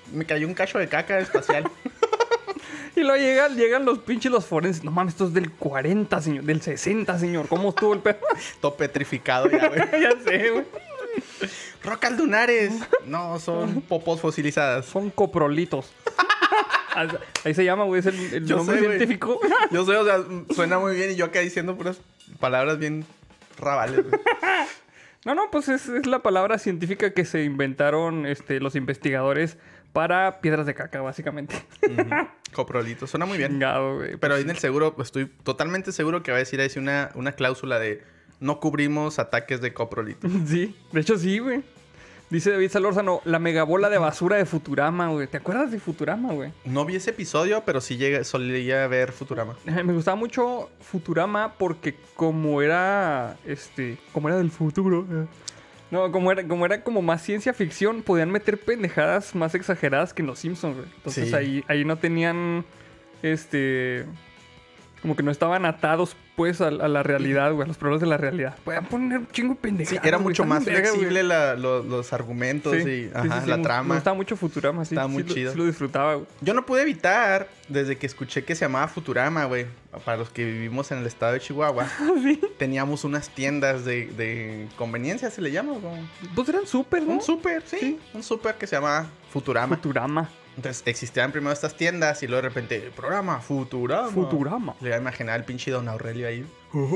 Me cayó un cacho de caca espacial. Y luego llegan los forenses. No mames, esto es del 40, señor. Del 60, señor. ¿Cómo estuvo el pedo? Todo petrificado ya, güey. Ya sé, güey. Rocas lunares. No, son popos fosilizadas. Son coprolitos. Ahí se llama, güey. Es el Yo nombre sé, güey. científico. Yo sé, o sea, suena muy bien y yo acá diciendo puras palabras bien rabales, güey. No, pues es la palabra científica que se inventaron los investigadores para piedras de caca, básicamente. Coprolito. Suena muy bien. Chingado, güey. Pero ahí en el seguro, pues, estoy totalmente seguro que va a decir ahí sí una cláusula de no cubrimos ataques de coprolito. Sí, de hecho sí, güey. Dice David Salórzano, la megabola de basura de Futurama, güey. ¿Te acuerdas de Futurama, güey? No vi ese episodio, pero sí solía ver Futurama. Me gustaba mucho Futurama porque como era del futuro. No, como era como más ciencia ficción, podían meter pendejadas más exageradas que en Los Simpsons, güey. Entonces Sí. ahí no tenían como que no estaban atados, pues, a la realidad, güey, a los problemas de la realidad. Podían poner un chingo de Sí, pendejadas. era güey, mucho están más bien verga, güey. flexible los argumentos y la Me trama. gustaba mucho Futurama, sí. Estaba muy Sí chido. Sí lo disfrutaba, güey. Yo no pude evitar, desde que escuché que se llamaba Futurama, güey. Para los que vivimos en el estado de Chihuahua, Sí. teníamos unas tiendas de conveniencia, se le llama, güey. Pues eran súper, ¿no? Un súper, sí. Un súper que se llama Futurama. Futurama. Entonces existían primero estas tiendas y luego de repente, programa Futurama. Futurama. Le iba a imaginar al pinche Don Aurelio ahí.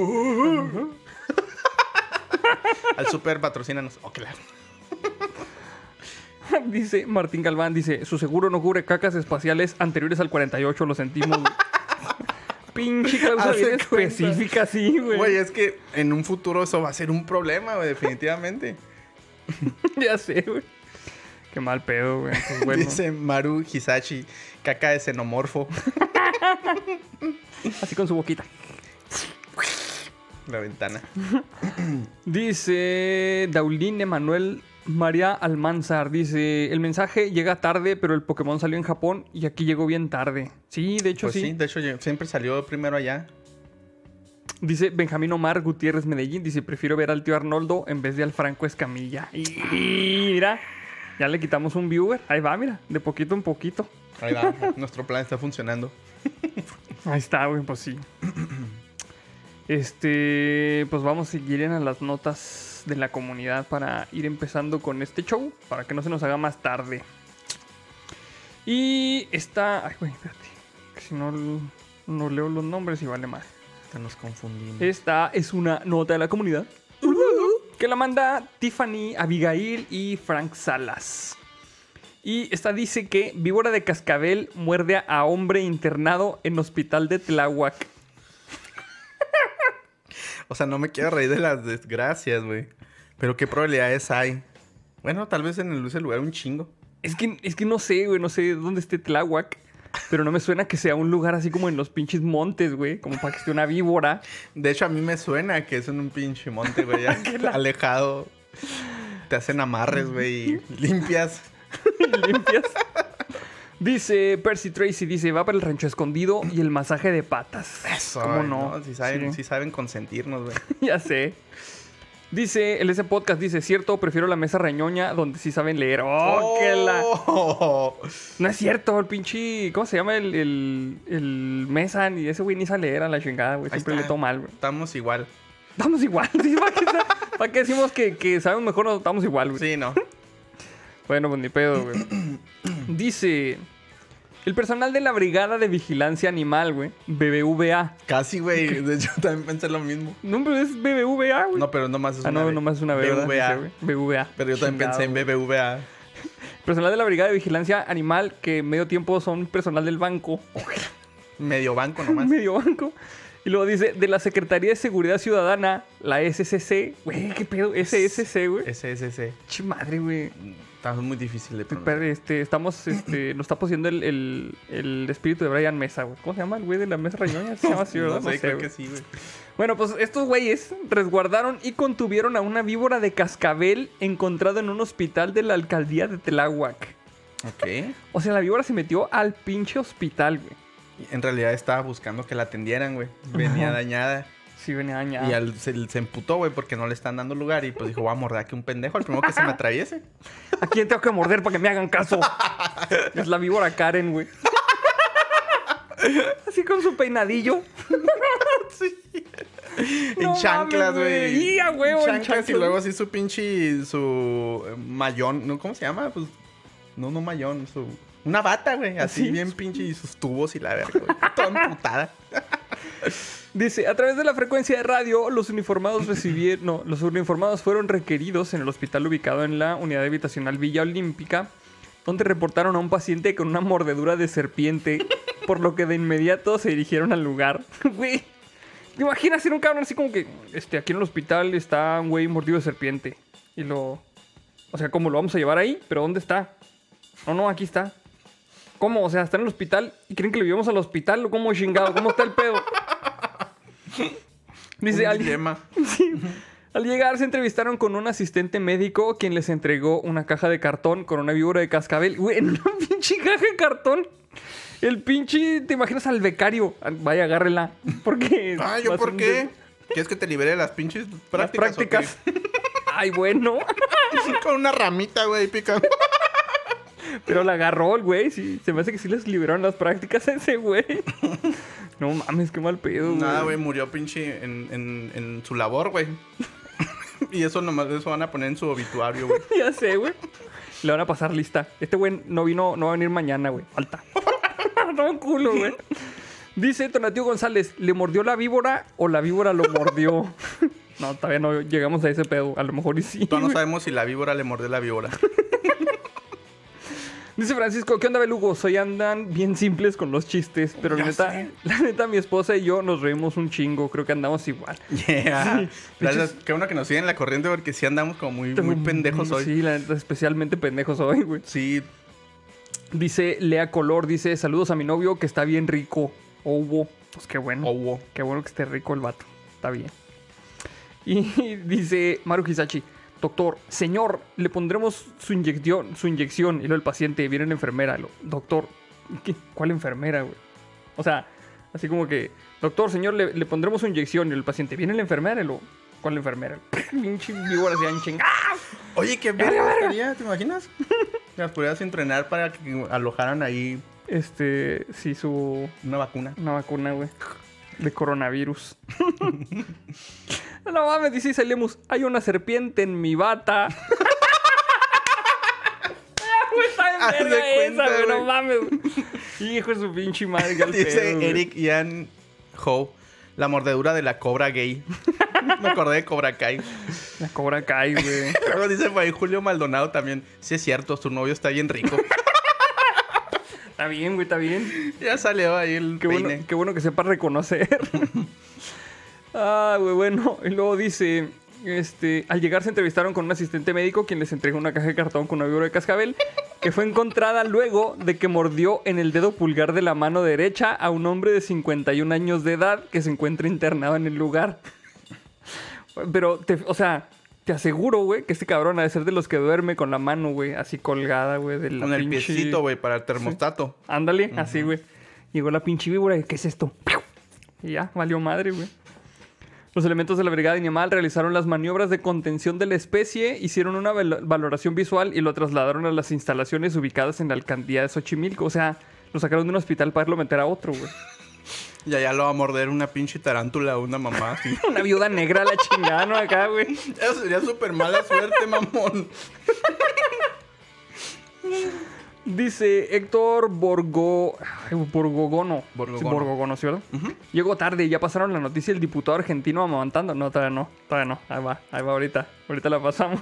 Al súper patrocínanos. Oh, claro. Dice Martín Galván, dice, su seguro no cubre cacas espaciales anteriores al 48, lo sentimos, güey. Pinche causa Hace bien cuenta. específica, sí, güey. Güey, es que en un futuro eso va a ser un problema, güey, definitivamente. Ya sé, güey. Qué mal pedo, güey. Pues bueno. Dice Maru Hisashi, caca de xenomorfo. Así con su boquita. La ventana. Dice Daulín Emanuel María Almanzar. Dice, el mensaje llega tarde, pero el Pokémon salió en Japón y aquí llegó bien tarde. Sí, de hecho Pues sí, sí. de hecho siempre salió primero allá. Dice Benjamín Omar Gutiérrez Medellín. Dice, prefiero ver al tío Arnoldo en vez de al Franco Escamilla. Y mira, ya le quitamos un viewer. Ahí va, mira, de poquito en poquito. Ahí va, nuestro plan está funcionando. Ahí está, güey, pues sí. Pues vamos a seguir en las notas de la comunidad para ir empezando con este show, para que no se nos haga más tarde. Y esta... Ay, güey, espérate. Que si no leo los nombres y vale mal. Ya nos confundimos. Esta es una nota de la comunidad que la manda Tiffany, Abigail y Frank Salas. Y esta dice que víbora de cascabel muerde a hombre internado en hospital de Tláhuac. O sea, no me quiero reír de las desgracias, güey. Pero qué probabilidades hay. Bueno, tal vez en ese lugar un chingo. Es que no sé, güey, no sé dónde esté Tláhuac. Pero no me suena que sea un lugar así como en los pinches montes, güey. Como para que esté una víbora. De hecho, a mí me suena que es en un pinche monte, güey. Ya alejado. Te hacen amarres, güey, y limpias. Limpias. Dice Percy Tracy, dice, va para el rancho escondido y el masaje de patas. Eso, ¿Cómo güey, no? Sí saben consentirnos, güey. Ya sé. Dice, el ese podcast dice, cierto, prefiero la mesa reñoña donde sí saben leer. ¡Oh, que la! No es cierto, el pinche... ¿Cómo se llama? El Mesan y ese güey ni sabe leer a la chingada, güey. Ahí Siempre está. le toma mal, güey. Estamos igual. Estamos igual. ¿Sí? ¿Para qué decimos que sabemos mejor? No, estamos igual, güey. Sí, no. Bueno, pues ni pedo, güey. Dice... El personal de la Brigada de Vigilancia Animal, güey. BBVA. Casi, güey. De hecho, también pensé lo mismo. No, pero es BBVA, güey. No, pero nomás es una no, B. nomás es una B, BBVA. ¿verdad? Dice, güey. BBVA. Pero yo también pensé en Chingado, güey. BBVA. Personal de la Brigada de Vigilancia Animal, que medio tiempo son personal del banco. Medio banco nomás. Medio banco. Y luego dice, de la Secretaría de Seguridad Ciudadana, la SCC. Güey, ¿qué pedo? SSC, güey. SSC. Che madre, güey. Está muy difícil de pronunciar. Nos está poseyendo el espíritu de Brian Mesa, güey. ¿Cómo se llama el güey de la mesa reñoña? Se llama así, ¿verdad? No sé, creo güey. que sí, güey. Bueno, pues estos güeyes resguardaron y contuvieron a una víbora de cascabel encontrada en un hospital de la alcaldía de Tláhuac. Ok. O sea, la víbora se metió al pinche hospital, güey. En realidad estaba buscando que la atendieran, güey. Venía Ajá. dañada. Sí, venía dañada. Y se emputó, güey, porque no le están dando lugar. Y pues dijo, voy a morder aquí un pendejo, al primero que se me atraviese. ¿A quién tengo que morder para que me hagan caso? Es la víbora Karen, güey. Así con su peinadillo. Sí. No En chanclas, mames, güey. Y a huevo, en chanclas. Y luego así su pinche... Su mayón. ¿No? ¿Cómo se llama? Pues... No mayón. Una bata, güey. Así ¿Así? bien pinche. Y sus tubos y la verga, güey. Toda emputada. Dice, a través de la frecuencia de radio, los uniformados fueron requeridos en el hospital ubicado en la unidad habitacional Villa Olímpica, donde reportaron a un paciente con una mordedura de serpiente, por lo que de inmediato se dirigieron al lugar. Güey, ¿te imaginas ser un cabrón así como que, aquí en el hospital está un güey mordido de serpiente? O sea, ¿cómo lo vamos a llevar ahí? ¿Pero dónde está? No, aquí está. ¿Cómo? O sea, está en el hospital y creen que lo llevamos al hospital o cómo chingado, ¿cómo está el pedo? Dice, Un dilema. Sí. Al llegar se entrevistaron con un asistente médico quien les entregó una caja de cartón con una víbora de cascabel. Güey, en una pinche caja de cartón. El pinche, ¿te imaginas al becario? Vaya, agárrela. Porque... ¿Yo por qué? ¿Quieres que te libere de las pinches prácticas? Las prácticas. Ay, bueno. Con una ramita, güey, pica. Pero la agarró el güey. Sí, se me hace que sí les liberaron las prácticas a ese güey. No mames, qué mal pedo, güey. Nada, güey, murió pinche en su labor, güey. Y eso van a poner en su obituario, güey. Ya sé, güey. Le van a pasar lista. Este güey no va a venir mañana, güey. Falta. No, culo, güey. Dice Tonatiuh González, ¿le mordió la víbora o la víbora lo mordió? No, todavía no llegamos a ese pedo. A lo mejor y sí. Todavía no sabemos si la víbora le mordió la víbora. Dice Francisco, ¿qué onda, belugo? Soy andan bien simples con los chistes, pero la neta, mi esposa y yo nos reímos un chingo. Creo que andamos igual. Yeah. Sí. Qué bueno que nos siguen en la corriente porque sí andamos como muy pendejos hoy. Sí, la neta, especialmente pendejos hoy, güey. Sí. Dice Lea Color, dice, saludos a mi novio que está bien rico. Pues qué bueno. Qué bueno que esté rico el vato. Está bien. Y dice Maru Hisachi, doctor, señor, le pondremos su inyección. Y luego el paciente, viene la enfermera. Doctor, ¿cuál enfermera, güey? O sea, así como que, doctor, señor, le pondremos su inyección. Y el paciente, viene la enfermera. Y luego, ¿cuál enfermera? Pinche víbora así anchen. ¡Ah! Oye, qué verga estaría, ¿te imaginas? Las podrías entrenar para que alojaran ahí. Sí, Una vacuna. Una vacuna, güey. De coronavirus. No mames, dice Isailemus, hay una serpiente en mi bata. Está en verga esa, güey. No mames, güey. Hijo de su pinche madre. Dice Eric Ian Ho, la mordedura de la cobra gay. Me acordé de Cobra Kai. La Cobra Kai, güey. Luego dice por ahí Julio Maldonado también. Sí es cierto, su novio está bien rico. Está bien, güey, está bien. Ya salió ahí el peine. Qué bueno que sepa reconocer. Güey, bueno. Y luego dice... al llegar se entrevistaron con un asistente médico quien les entregó una caja de cartón con una víbora de cascabel que fue encontrada luego de que mordió en el dedo pulgar de la mano derecha a un hombre de 51 años de edad que se encuentra internado en el lugar. Pero, te aseguro, güey, que este cabrón ha de ser de los que duerme con la mano, güey, así colgada, güey, de la con el piecito, güey, para el termostato. Sí. Ándale, así, güey. Llegó la pinche víbora y ¿qué es esto? Y ya, valió madre, güey. Los elementos de la brigada animal realizaron las maniobras de contención de la especie, hicieron una valoración visual y lo trasladaron a las instalaciones ubicadas en la alcaldía de Xochimilco. O sea, lo sacaron de un hospital para irlo meter a otro, güey. Y allá lo va a morder una pinche tarántula o una mamá así. Una viuda negra a la chingada, ¿no? Acá, güey. Eso sería súper mala suerte, mamón. Dice Héctor Borgogono. Sí, Borgogono, ¿sí, verdad? Llegó tarde, ya pasaron la noticia del diputado argentino amamantando. No, todavía no. Ahí va ahorita. Ahorita la pasamos.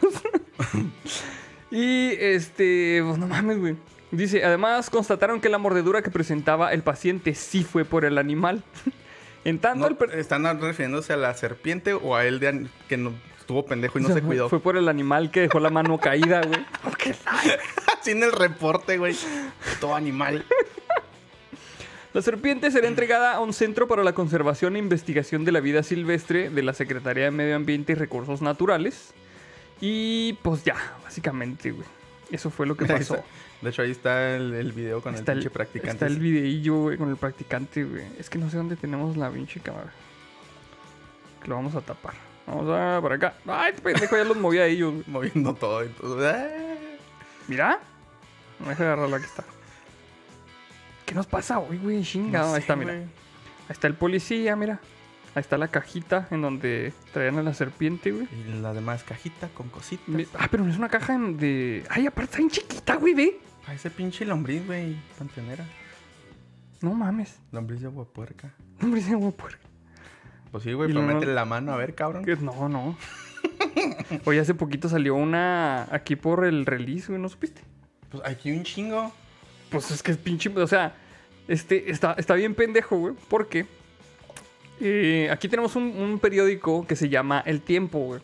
Y pues no mames, güey. Dice, además constataron que la mordedura que presentaba el paciente sí fue por el animal. En tanto, ¿están refiriéndose a la serpiente o a él que no estuvo pendejo y no se cuidó? Fue por el animal que dejó la mano caída, güey. Así en el reporte, güey. Todo animal. La serpiente será entregada a un centro para la conservación e investigación de la vida silvestre de la Secretaría de Medio Ambiente y Recursos Naturales. Y pues ya, básicamente, güey. Eso fue lo que pasó. De hecho, ahí está el video con el pinche practicante. Está el videillo, güey, con el practicante, güey. Es que no sé dónde tenemos la pinche cámara. Que lo vamos a tapar. Vamos a por acá. Ay, este pendejo ya los movía a ellos, güey. Moviendo todo y todo. Mira. No me deja agarrarlo, aquí está. ¿Qué nos pasa hoy, güey? Chingado. No sé, Ahí está, mira. güey. Ahí está el policía, mira. Ahí está la cajita en donde traían a la serpiente, güey. Y la demás cajita con cositas. Pero no es una caja de... Ay, aparte está bien chiquita, güey, ve. Ah, ese pinche lombriz, güey. Panteonera. No mames. Lombriz de huepuerca. Hombre, ese güey, puerco. Pues sí, güey, Y pero luego- métele la mano, a ver, cabrón. No, no. Oye, hace poquito salió una aquí por el release, güey, ¿no supiste? Pues aquí un chingo. Pues es que es pinche... O sea, está bien pendejo, güey. Porque aquí tenemos un periódico que se llama El Tiempo, güey.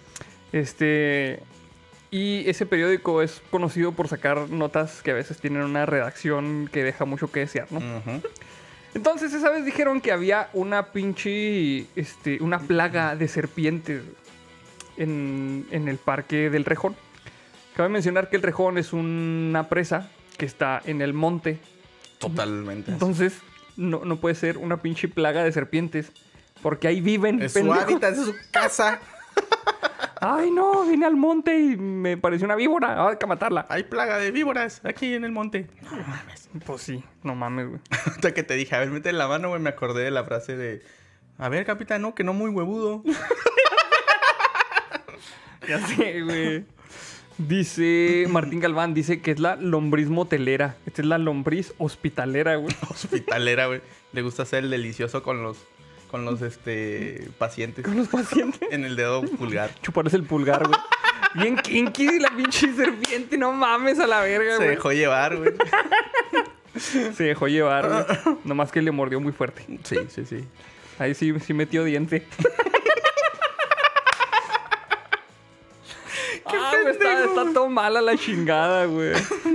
Y ese periódico es conocido por sacar notas que a veces tienen una redacción que deja mucho que desear, ¿no? Ujú. Entonces, esa vez dijeron que había una pinche... una plaga de serpientes en el parque del Rejón. Cabe mencionar que el Rejón es una presa que está en el monte. Totalmente. Entonces, no puede ser una pinche plaga de serpientes. Porque ahí viven, Es su pendejo. hábitat, es su casa. Ay, no, vine al monte y me pareció una víbora. Hay que matarla. Hay plaga de víboras aquí en el monte. Pues sí, no mames, güey. Hasta que te dije, a ver, mete la mano, güey, me acordé de la frase de... A ver, capitán, no, que no muy huevudo. Ya sé, güey. Dice Martín Galván, dice que es la lombriz motelera. Esta es la lombriz hospitalera, güey. Hospitalera, güey. Le gusta hacer el delicioso con los pacientes. Con los pacientes. En el dedo pulgar. Chuparles el pulgar, güey. Bien kinky la pinche serpiente. No mames a la verga, Se güey. dejó llevar, güey. Se dejó llevar, güey. Nomás que le mordió muy fuerte. Sí, sí, sí. Ahí sí metió diente. Güey, está todo mala la chingada, güey.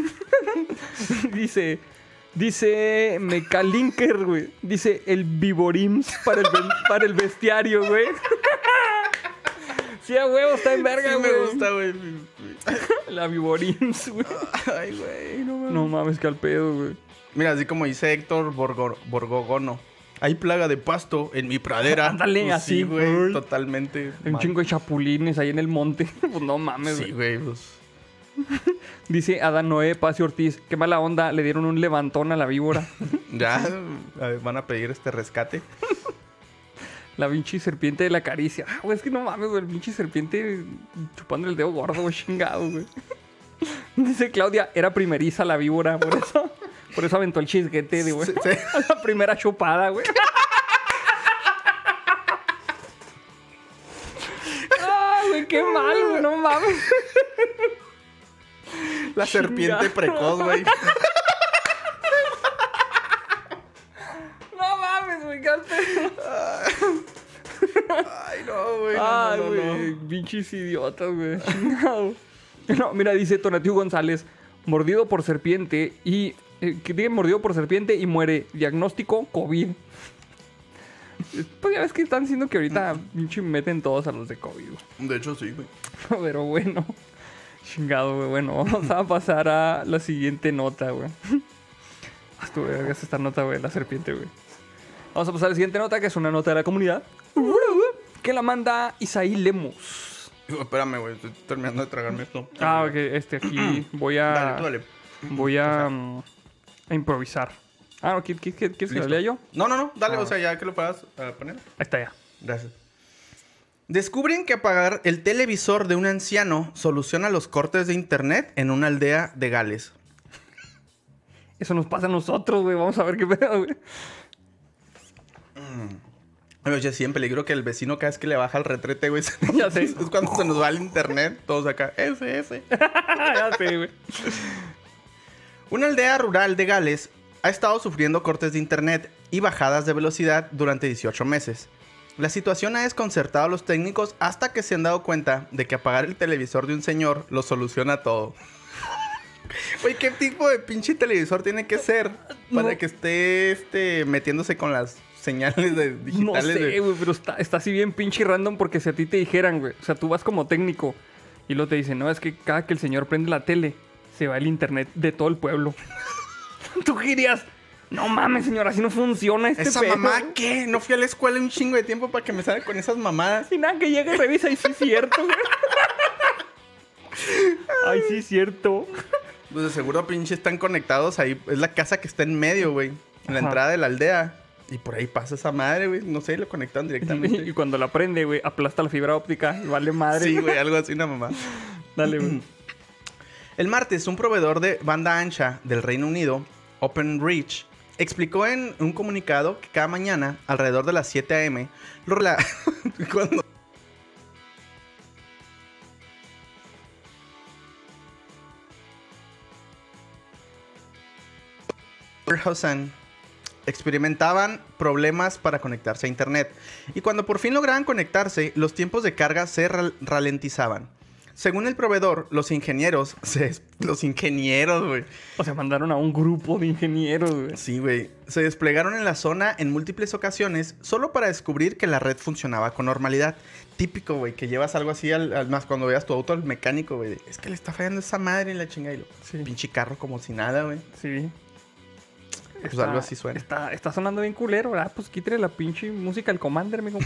Dice Mecalinker, güey. Dice el Viborims para el bestiario, güey. Sí, a huevo, está en verga, Sí güey. me gusta, güey. La Viborims, güey. Ay, güey, no mames. No mames, que al pedo, güey. Mira, así como dice Héctor Borgogono. Hay plaga de pasto en mi pradera. Ándale, Pues así, sí, güey. güey. Totalmente. Hay un mal. chingo de chapulines ahí en el monte. Pues no mames, Sí, güey. güey, pues. Dice Adán Noé Paz Ortiz. Qué mala onda, le dieron un levantón a la víbora. Ya a ver, van a pedir este rescate. La pinche serpiente de la caricia. Ah, güey, es que no mames, güey. El pinche serpiente chupando el dedo gordo, güey, chingado, güey. Dice Claudia, era primeriza la víbora, por eso aventó el chisguete, de, güey. Sí, sí. A la primera chupada, güey. Ah, güey, qué mal, güey, no mames. La serpiente precoz, güey. No mames, güey, qué al pedo. Ay, no, güey. Ay, No. güey, pinches idiotas, güey. Chingado. No, mira, dice Tonatiuh González, mordido por serpiente y... que diga mordido por serpiente y muere. Diagnóstico, COVID. Pues ya ves que están diciendo que ahorita pinche meten todos a los de COVID, güey. De hecho, sí, güey. Pero bueno. Chingado, güey. Bueno, vamos a pasar a la siguiente nota, güey. Estuve vergas esta nota, güey, la serpiente, güey. Vamos a pasar a la siguiente nota, que es una nota de la comunidad. Que la manda Isaí Lemos. Espérame, güey. Estoy terminando de tragarme esto. Ok, aquí voy a... Dale, tú dale. Voy a improvisar. Ah, no, ¿quieres que Listo. lo lea yo? No. Dale, o sea, ya que lo puedas poner. Ahí está ya. Gracias. Descubren que apagar el televisor de un anciano soluciona los cortes de internet en una aldea de Gales. Eso nos pasa a nosotros, güey. Vamos a ver qué pedo, güey. Pero ya sí, en peligro que el vecino cada vez que le baja el retrete, güey. Ya sé. Es cuando se nos va el internet. Todos acá. F. Ya sé, güey. Una aldea rural de Gales ha estado sufriendo cortes de internet y bajadas de velocidad durante 18 meses. La situación ha desconcertado a los técnicos hasta que se han dado cuenta de que apagar el televisor de un señor lo soluciona todo. Oye, ¿qué tipo de pinche televisor tiene que ser para No. que esté metiéndose con las señales No digitales? sé, güey, pero está así bien pinche random porque si a ti te dijeran, güey, o sea, tú vas como técnico y luego te dicen, no, es que cada que el señor prende la tele, se va el internet de todo el pueblo. Tú qué dirías, No mames, señora, así no funciona este ¿Esa pedo. mamá qué? No fui a la escuela un chingo de tiempo para que me salga con esas mamadas. Y nada, que llega y revisa y sí es cierto, güey. Ay, sí es cierto. Pues de seguro pinche están conectados ahí. Es la casa que está en medio, güey. En la Ajá. entrada de la aldea. Y por ahí pasa esa madre, güey. No sé, lo conectaron directamente. Y cuando la prende, güey, aplasta la fibra óptica y vale madre. Sí, güey, algo así, una mamá. Dale, güey. El martes, un proveedor de banda ancha del Reino Unido, OpenReach, explicó en un comunicado que cada mañana, alrededor de las 7 a.m., cuando Hussein experimentaban problemas para conectarse a internet. Y cuando por fin lograban conectarse, los tiempos de carga se ralentizaban. Según el proveedor, los ingenieros, güey. O sea, mandaron a un grupo de ingenieros, güey. Sí, güey. Se desplegaron en la zona en múltiples ocasiones solo para descubrir que la red funcionaba con normalidad. Típico, güey, que llevas algo así más cuando veas tu auto al mecánico, güey. Es que le está fallando esa madre en la chingada. Y Sí. pinche carro como si nada, güey. Sí. Pues algo así suena. Está sonando bien culero, ¿verdad? Pues quítale la pinche música al Commander, mijo.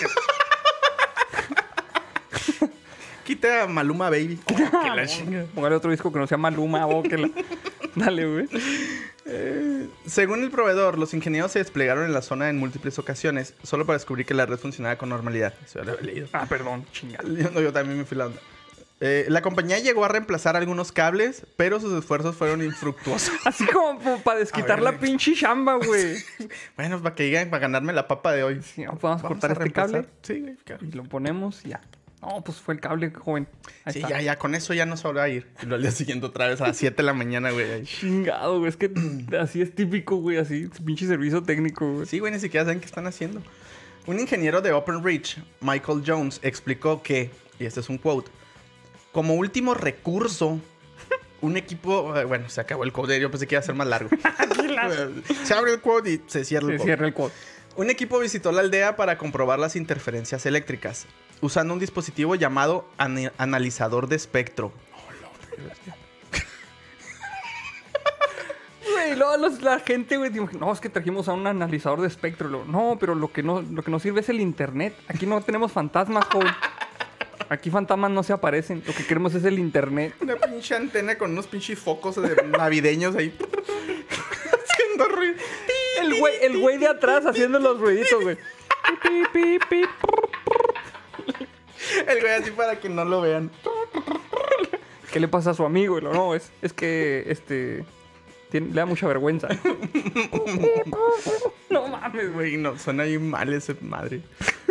Quita a Maluma Baby. Oh, que la chinga. Póngale otro disco que no sea Maluma o que la... Dale, güey. Según el proveedor, los ingenieros se desplegaron en la zona en múltiples ocasiones solo para descubrir que la red funcionaba con normalidad. Eso ya lo había leído. Ah, perdón, chingada. Yo también me fui la onda. La compañía llegó a reemplazar algunos cables, pero sus esfuerzos fueron infructuosos. Así como para desquitar A ver, la güey. pinche chamba, güey. Bueno, para que digan, para ganarme la papa de hoy. Sí, no, podemos Vamos cortar a este reemplazar. cable Sí, güey. claro. y lo ponemos y ya. No, pues fue el cable, joven. Ahí Sí, está. ya, con eso ya no se va a ir. Y luego al día siguiente otra vez a las 7 de la mañana, güey. ahí. Chingado, güey. Es que así es típico, güey. Así, pinche servicio técnico, güey. Sí, güey, ni siquiera saben qué están haciendo. Un ingeniero de OpenReach, Michael Jones, explicó que, y este es un quote, como último recurso, un equipo... bueno, se acabó el quote, yo pensé que iba a ser más largo. Se abre el quote y se cierra el Se quote. cierra el quote. Un equipo visitó la aldea para comprobar las interferencias eléctricas, usando un dispositivo llamado analizador de espectro. Güey, luego la gente, güey, dijo, no, es que trajimos a un analizador de espectro. Luego, no, pero lo que nos sirve es el internet. Aquí no tenemos fantasmas, joven. Aquí fantasmas no se aparecen. Lo que queremos es el internet. Una pinche antena con unos pinches focos navideños ahí. Haciendo ruido. El güey de atrás haciendo los ruiditos, güey. Pi, pi, pi, pi. El güey así para que no lo vean. ¿Qué le pasa a su amigo? Y lo, no, es que le da mucha vergüenza. No mames, güey. Güey, no, suena bien mal ese madre.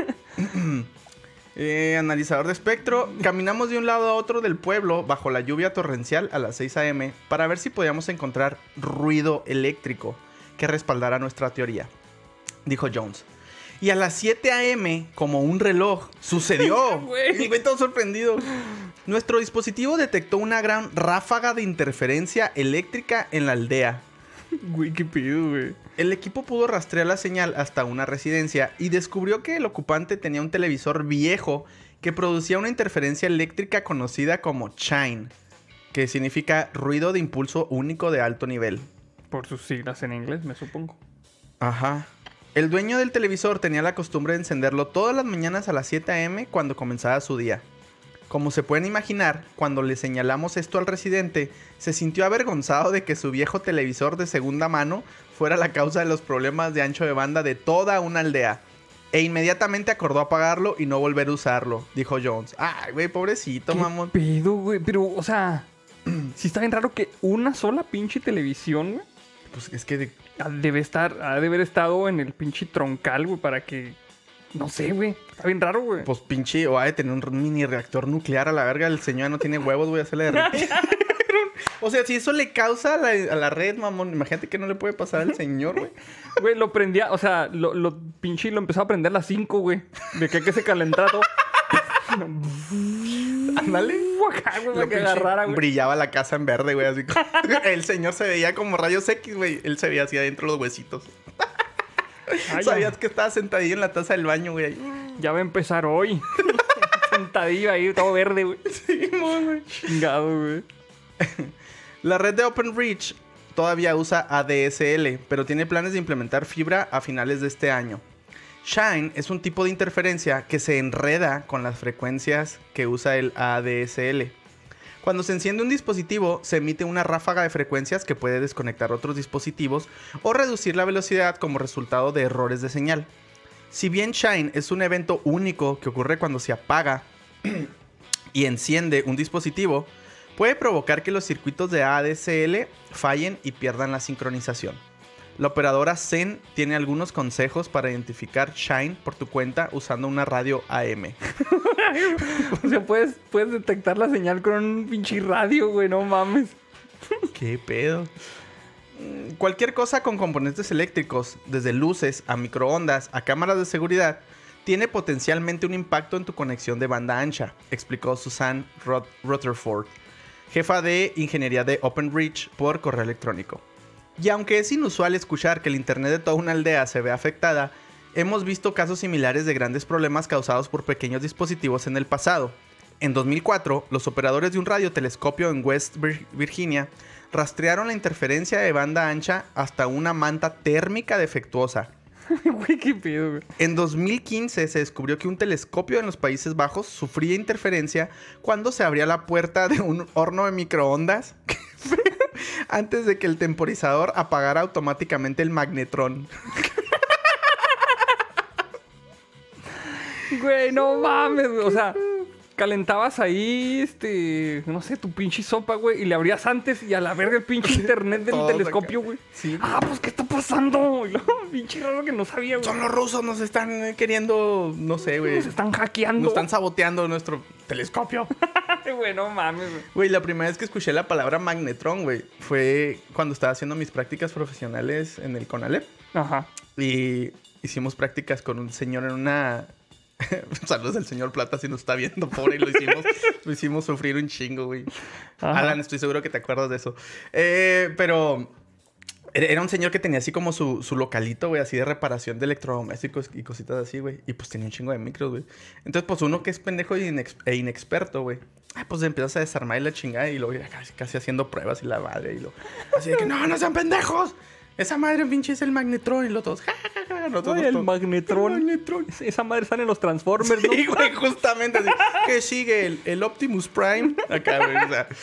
Analizador de espectro. Caminamos de un lado a otro del pueblo bajo la lluvia torrencial a las 6 a.m. para ver si podíamos encontrar ruido eléctrico que respaldara nuestra teoría, dijo Jones. Y a las 7 a.m., como un reloj, sucedió. Güey. Y güey, todo sorprendido. Nuestro dispositivo detectó una gran ráfaga de interferencia eléctrica en la aldea. Güey, qué pedo, güey. El equipo pudo rastrear la señal hasta una residencia y descubrió que el ocupante tenía un televisor viejo que producía una interferencia eléctrica conocida como chime, que significa ruido de impulso único de alto nivel. Por sus siglas en inglés, me supongo. Ajá. El dueño del televisor tenía la costumbre de encenderlo todas las mañanas a las 7 a.m. cuando comenzaba su día. Como se pueden imaginar, cuando le señalamos esto al residente, se sintió avergonzado de que su viejo televisor de segunda mano fuera la causa de los problemas de ancho de banda de toda una aldea. E inmediatamente acordó apagarlo y no volver a usarlo, dijo Jones. Ay, güey, pobrecito, ¿Qué mamón. pedo, güey? Pero, o sea, sí está bien raro que una sola pinche televisión, güey, Pues es que... ha de haber estado en el pinche troncal, güey, para que... No sé, güey. Está bien raro, güey. Pues pinche, o ha de tener un mini reactor nuclear a la verga. El señor no tiene huevos, voy a hacerle derretir. O sea, si eso le causa a la red, mamón, imagínate que no le puede pasar al señor, güey. Güey, lo prendía, o sea, lo pinche lo empezó a prender a las 5, güey. De que se calentara todo. Ándale. Acá, güey, Lo para que pinche agarrara, güey. brillaba la casa en verde, güey. Así el señor se veía como rayos X, güey. Él se veía así adentro los huesitos. Ay, Sabías que estaba sentadillo en la taza del baño, güey. ya va a empezar hoy. Sentadillo ahí, todo verde, güey. Sí, güey. Chingado, güey. La red de OpenReach todavía usa ADSL, pero tiene planes de implementar fibra a finales de este año. Shine es un tipo de interferencia que se enreda con las frecuencias que usa el ADSL. Cuando se enciende un dispositivo, se emite una ráfaga de frecuencias que puede desconectar otros dispositivos o reducir la velocidad como resultado de errores de señal. Si bien Shine es un evento único que ocurre cuando se apaga y enciende un dispositivo, puede provocar que los circuitos de ADSL fallen y pierdan la sincronización. La operadora Zen tiene algunos consejos para identificar Shine por tu cuenta usando una radio AM. O sea, puedes detectar la señal con un pinche radio, güey, no mames. ¿Qué pedo? Cualquier cosa con componentes eléctricos, desde luces a microondas a cámaras de seguridad, tiene potencialmente un impacto en tu conexión de banda ancha, explicó Susan Rutherford, jefa de ingeniería de OpenReach por correo electrónico. Y aunque es inusual escuchar que el internet de toda una aldea se ve afectada, hemos visto casos similares de grandes problemas causados por pequeños dispositivos en el pasado. En 2004, los operadores de un radiotelescopio en West Virginia rastrearon la interferencia de banda ancha hasta una manta térmica defectuosa. Güey, qué pedo, güey. En 2015 se descubrió que un telescopio en los Países Bajos sufría interferencia cuando se abría la puerta de un horno de microondas antes de que el temporizador apagara automáticamente el magnetrón. Güey, no mames, güey. O sea, calentabas ahí, no sé, tu pinche sopa, güey, y le abrías antes y a la verga el pinche internet del Todos telescopio, acá. güey. Sí. Ah, pues, ¿qué está pasando? Y luego, pinche raro que no sabía, güey. Son los rusos, nos están queriendo, no sé, güey. Nos están hackeando. Nos están saboteando nuestro telescopio. Güey, no mames, güey. Güey, la primera vez que escuché la palabra magnetrón, güey, fue cuando estaba haciendo mis prácticas profesionales en el CONALEP. Ajá. Y hicimos prácticas con un señor en una... Saludos al señor Plata si nos está viendo, pobre, lo hicimos sufrir un chingo, güey. Ajá. Alan, estoy seguro que te acuerdas de eso. Pero era un señor que tenía así como su localito, güey, así de reparación de electrodomésticos y cositas así, güey. Y pues tenía un chingo de micros, güey. Entonces, pues uno que es pendejo e inexperto, güey. Pues empiezas a desarmar y la chingada y luego casi haciendo pruebas y la madre y lo... Así de que, no sean pendejos. Esa madre pinche es el magnetrón y los dos... Oye, el magnetrón. El magnetrón. Esa madre sale en los Transformers, ¿no? Sí, güey, justamente así. Que sigue el Optimus Prime. Acá, güey, o sea.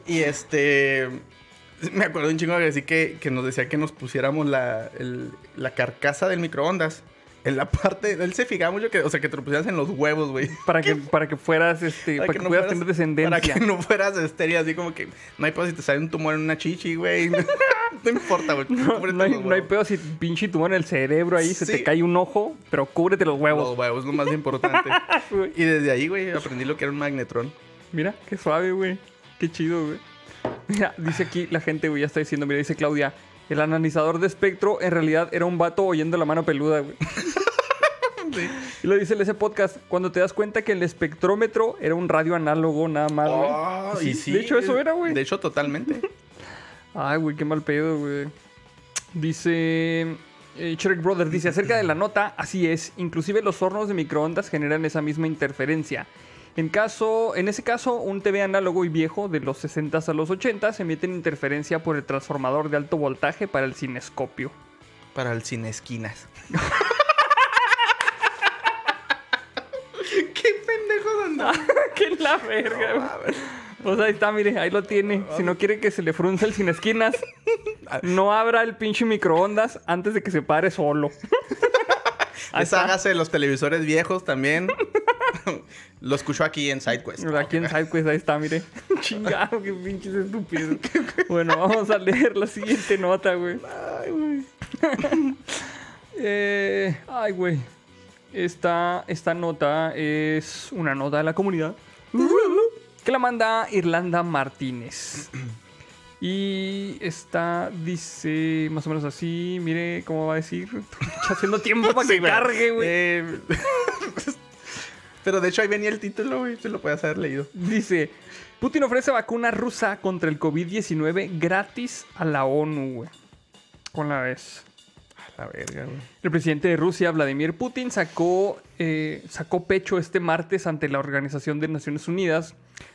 Y me acuerdo un chingo de así que nos decía que nos pusiéramos la carcasa del microondas. En la parte... Él se fijaba mucho que... O sea, que te lo pusieras en los huevos, güey. Para que fueras, para que pudieras tener descendencia. Para que no fueras estéril, así como que... No hay pedo si te sale un tumor en una chichi, güey. No importa, güey. No hay pedo si pinche tumor en el cerebro ahí, se te cae un ojo, pero cúbrete los huevos. Los huevos es lo más importante. Y desde ahí, güey, aprendí lo que era un magnetrón. Mira, qué suave, güey. Qué chido, güey. Mira, dice aquí la gente, güey, ya está diciendo, mira, dice Claudia... El analizador de espectro en realidad era un vato oyendo la mano peluda, güey. Sí. Y lo dice en ese podcast, cuando te das cuenta que el espectrómetro era un radio análogo nada más, güey. Oh, sí, sí, de hecho, eso era, güey. De hecho, totalmente. Ay, güey, qué mal pedo, güey. Dice... Shrek Brothers dice, acerca de la nota, así es. Inclusive los hornos de microondas generan esa misma interferencia. En ese caso, un TV análogo y viejo de los 60s a los 80s emiten interferencia por el transformador de alto voltaje para el cinescopio. Para el cinesquinas. ¡Qué pendejos andan! ¡Qué la verga, güey! Pues ahí está, mire, ahí lo tiene. Si no quiere que se le frunce el cinesquinas, no abra el pinche microondas antes de que se pare solo. Deshágase de los televisores viejos también. Lo escucho aquí en SideQuest. Aquí en SideQuest, ahí está, mire. Chingado, qué pinches estúpido. Bueno, vamos a leer la siguiente nota, güey. Ay, güey. Ay, güey. Esta nota es una nota de la comunidad que la manda Irlanda Martínez. Y esta dice más o menos así. Mire cómo va a decir. Haciendo tiempo para que cargue, güey. Pero de hecho ahí venía el título, güey. Se lo puedes haber leído. Dice: Putin ofrece vacuna rusa contra el COVID-19 gratis a la ONU, güey. ¿Cómo la ves? A la verga, güey. El presidente de Rusia, Vladimir Putin, sacó pecho este martes ante la Organización de Naciones Unidas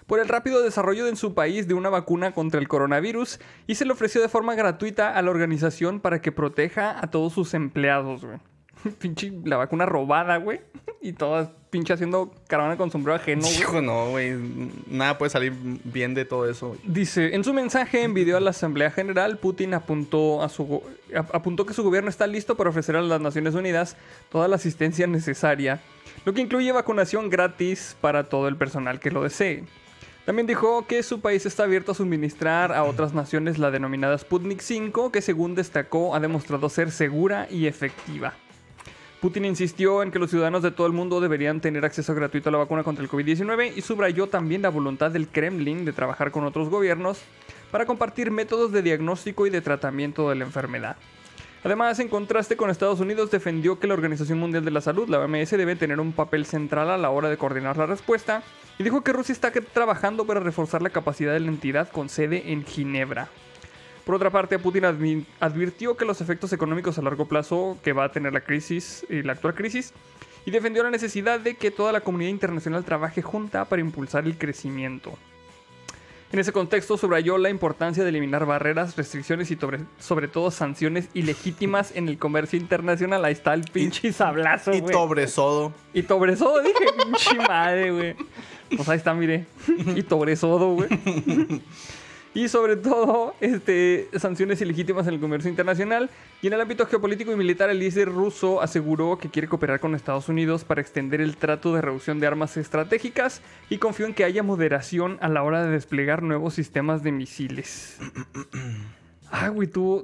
por el rápido desarrollo en su país de una vacuna contra el coronavirus y se le ofreció de forma gratuita a la organización para que proteja a todos sus empleados, güey. Pinche la vacuna robada, güey. Y todas pinche haciendo caravana con sombrero ajeno, güey. Hijo, no, güey. Nada puede salir bien de todo eso, güey. Dice, en su mensaje envió a la Asamblea General, Putin apuntó que su gobierno está listo para ofrecer a las Naciones Unidas toda la asistencia necesaria, lo que incluye vacunación gratis para todo el personal que lo desee. También dijo que su país está abierto a suministrar a otras naciones la denominada Sputnik 5, que según destacó ha demostrado ser segura y efectiva. Putin insistió en que los ciudadanos de todo el mundo deberían tener acceso gratuito a la vacuna contra el COVID-19 y subrayó también la voluntad del Kremlin de trabajar con otros gobiernos para compartir métodos de diagnóstico y de tratamiento de la enfermedad. Además, en contraste con Estados Unidos, defendió que la Organización Mundial de la Salud, la OMS, debe tener un papel central a la hora de coordinar la respuesta y dijo que Rusia está trabajando para reforzar la capacidad de la entidad con sede en Ginebra. Por otra parte, Putin advirtió que los efectos económicos a largo plazo que va a tener la actual crisis, y defendió la necesidad de que toda la comunidad internacional trabaje junta para impulsar el crecimiento. En ese contexto, subrayó la importancia de eliminar barreras, restricciones y sobre todo sanciones ilegítimas en el comercio internacional. Ahí está el pinche sablazo, güey. Y Tobresodo. Y Tobresodo, dije, pinche madre, güey. Pues ahí está, mire. Y Tobresodo, güey. Y sobre todo, sanciones ilegítimas en el comercio internacional. Y en el ámbito geopolítico y militar, el líder ruso aseguró que quiere cooperar con Estados Unidos para extender el trato de reducción de armas estratégicas y confió en que haya moderación a la hora de desplegar nuevos sistemas de misiles. Ah, güey, ¿tú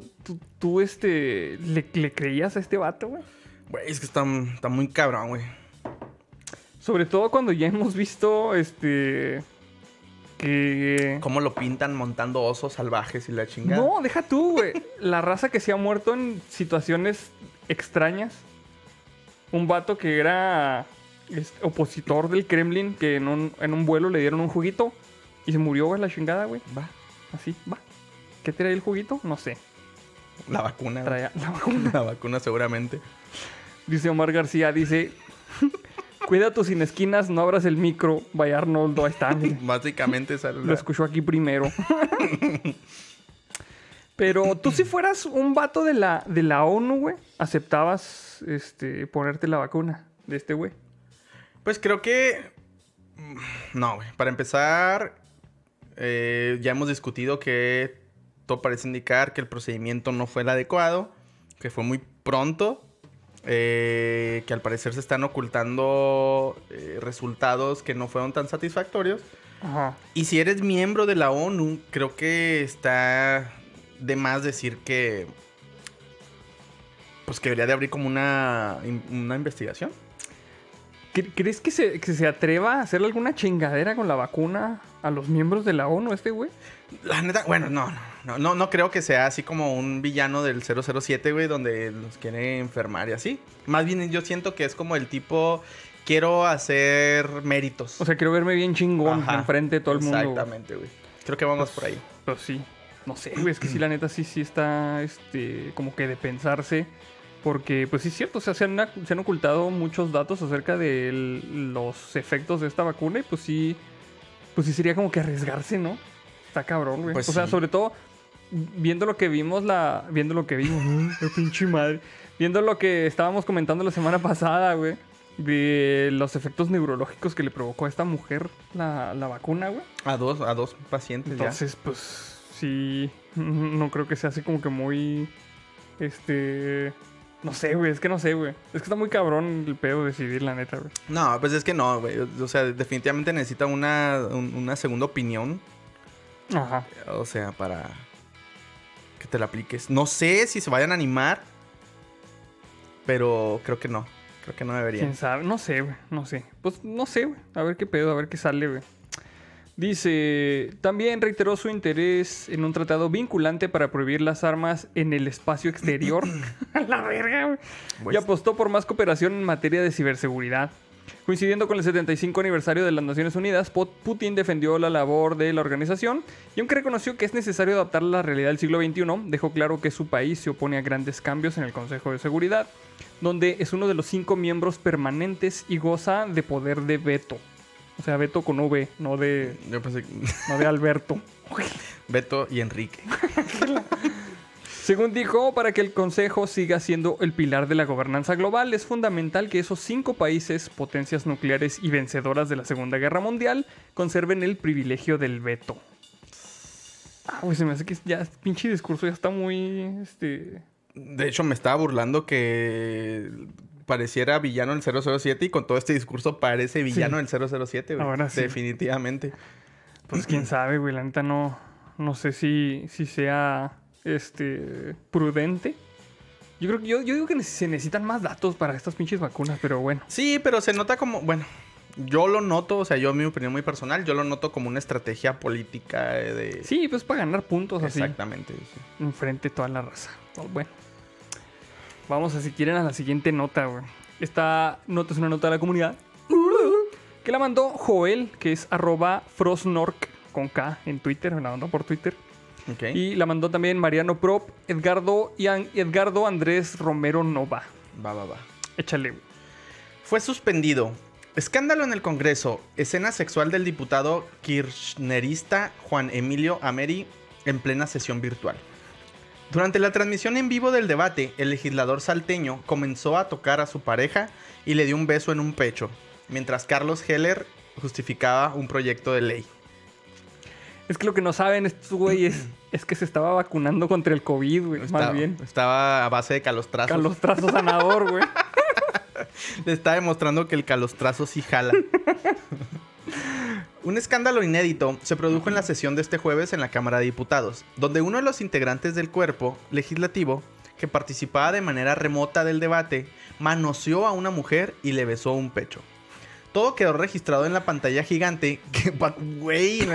le creías a este vato, güey? Güey, es que está muy cabrón, güey. Sobre todo cuando ya hemos visto, que... ¿Cómo lo pintan montando osos salvajes y la chingada? No, deja tú, güey. La raza que se ha muerto en situaciones extrañas. Un vato que era opositor del Kremlin, que en un vuelo le dieron un juguito y se murió, güey, la chingada, güey. Va. Así, va. ¿Qué traía el juguito? No sé. La vacuna. Traía la vacuna. La vacuna seguramente. Dice Omar García, dice... Cuida tus sin esquinas, no abras el micro. Vaya Arnoldo, ahí está. Básicamente esa es Lo escuchó aquí primero. Pero tú si fueras un vato de la ONU, güey, ¿aceptabas ponerte la vacuna de este güey? Pues creo que... No, güey. Para empezar, ya hemos discutido que todo parece indicar que el procedimiento no fue el adecuado, que fue muy pronto. Que al parecer se están ocultando resultados que no fueron tan satisfactorios. Ajá. Y si eres miembro de la ONU, creo que está de más decir que... Pues que debería de abrir como una investigación. ¿Crees que se atreva a hacer alguna chingadera con la vacuna a los miembros de la ONU, güey? La neta, bueno, no creo que sea así como un villano del 007, güey, donde los quiere enfermar y así. Más bien yo siento que es como el tipo, quiero hacer méritos. O sea, quiero verme bien chingón enfrente de todo el mundo. Exactamente, güey. Creo que vamos por ahí. Pues sí. No sé, güey, es que sí, la neta sí está como que de pensarse. Porque, pues sí es cierto, o sea, se han ocultado muchos datos acerca de los efectos de esta vacuna y pues sí sería como que arriesgarse, ¿no? Está cabrón, güey. Pues o sea, sí. sobre todo, viendo lo que vimos, pinche madre. Viendo lo que estábamos comentando la semana pasada, güey, de los efectos neurológicos que le provocó a esta mujer la vacuna, güey. A dos pacientes. Entonces, pues, sí, no creo que sea así como que muy, no sé, güey, es que no sé, güey. Es que está muy cabrón el pedo de decidir, la neta, güey. No, pues es que no, güey. O sea, definitivamente necesita una segunda opinión. Ajá. O sea, para que te la apliques. No sé si se vayan a animar, pero creo que no. Creo que no deberían. ¿Quién sabe? No sé, güey. No sé. Pues no sé, güey. A ver qué pedo, a ver qué sale, güey. Dice, también reiteró su interés en un tratado vinculante para prohibir las armas en el espacio exterior. A la verga, güey. Pues, Y apostó por más cooperación en materia de ciberseguridad. Coincidiendo con el 75 aniversario de las Naciones Unidas, Putin defendió la labor de la organización y aunque reconoció que es necesario adaptarla a la realidad del siglo XXI, dejó claro que su país se opone a grandes cambios en el Consejo de Seguridad, donde es uno de los 5 miembros permanentes y goza de poder de veto. O sea, Beto con V, no de Yo pensé que... Alberto. Beto y Enrique. Según dijo, para que el Consejo siga siendo el pilar de la gobernanza global, es fundamental que esos 5 países, potencias nucleares y vencedoras de la Segunda Guerra Mundial, conserven el privilegio del veto. Güey, se me hace que ya pinche discurso ya está muy, De hecho, me estaba burlando que pareciera villano el 007 y con todo este discurso parece villano el 007, güey. Ahora sí. Definitivamente. Pues quién sabe, güey, la neta no sé si sea, prudente. Yo digo que se necesitan más datos para estas pinches vacunas, pero bueno. Sí, pero se nota como, bueno, yo lo noto, o sea, yo en mi opinión muy personal, yo lo noto como una estrategia política de... Sí, pues para ganar puntos así. Exactamente. Sí. Enfrente toda la raza. Bueno. Vamos a, si quieren, a la siguiente nota, güey. Esta nota es una nota de la comunidad. Que la mandó Joel, que es @frostnork con K en Twitter. Me la mandó por Twitter. Okay. Y la mandó también Mariano Prop, Edgardo Andrés Romero Nova. Va. Échale, güey. Fue suspendido. Escándalo en el Congreso. Escena sexual del diputado kirchnerista Juan Emilio Ameri en plena sesión virtual. Durante la transmisión en vivo del debate, el legislador salteño comenzó a tocar a su pareja y le dio un beso en un pecho, mientras Carlos Heller justificaba un proyecto de ley. Es que lo que no saben estos güeyes es que se estaba vacunando contra el COVID, güey. Más bien. Estaba a base de calostrazos. Calostrazo sanador, güey. Le está demostrando que el calostrazo sí jala. Un escándalo inédito se produjo en la sesión de este jueves en la Cámara de Diputados, donde uno de los integrantes del cuerpo legislativo, que participaba de manera remota del debate, manoseó a una mujer y le besó un pecho. Todo quedó registrado en la pantalla gigante que... Güey,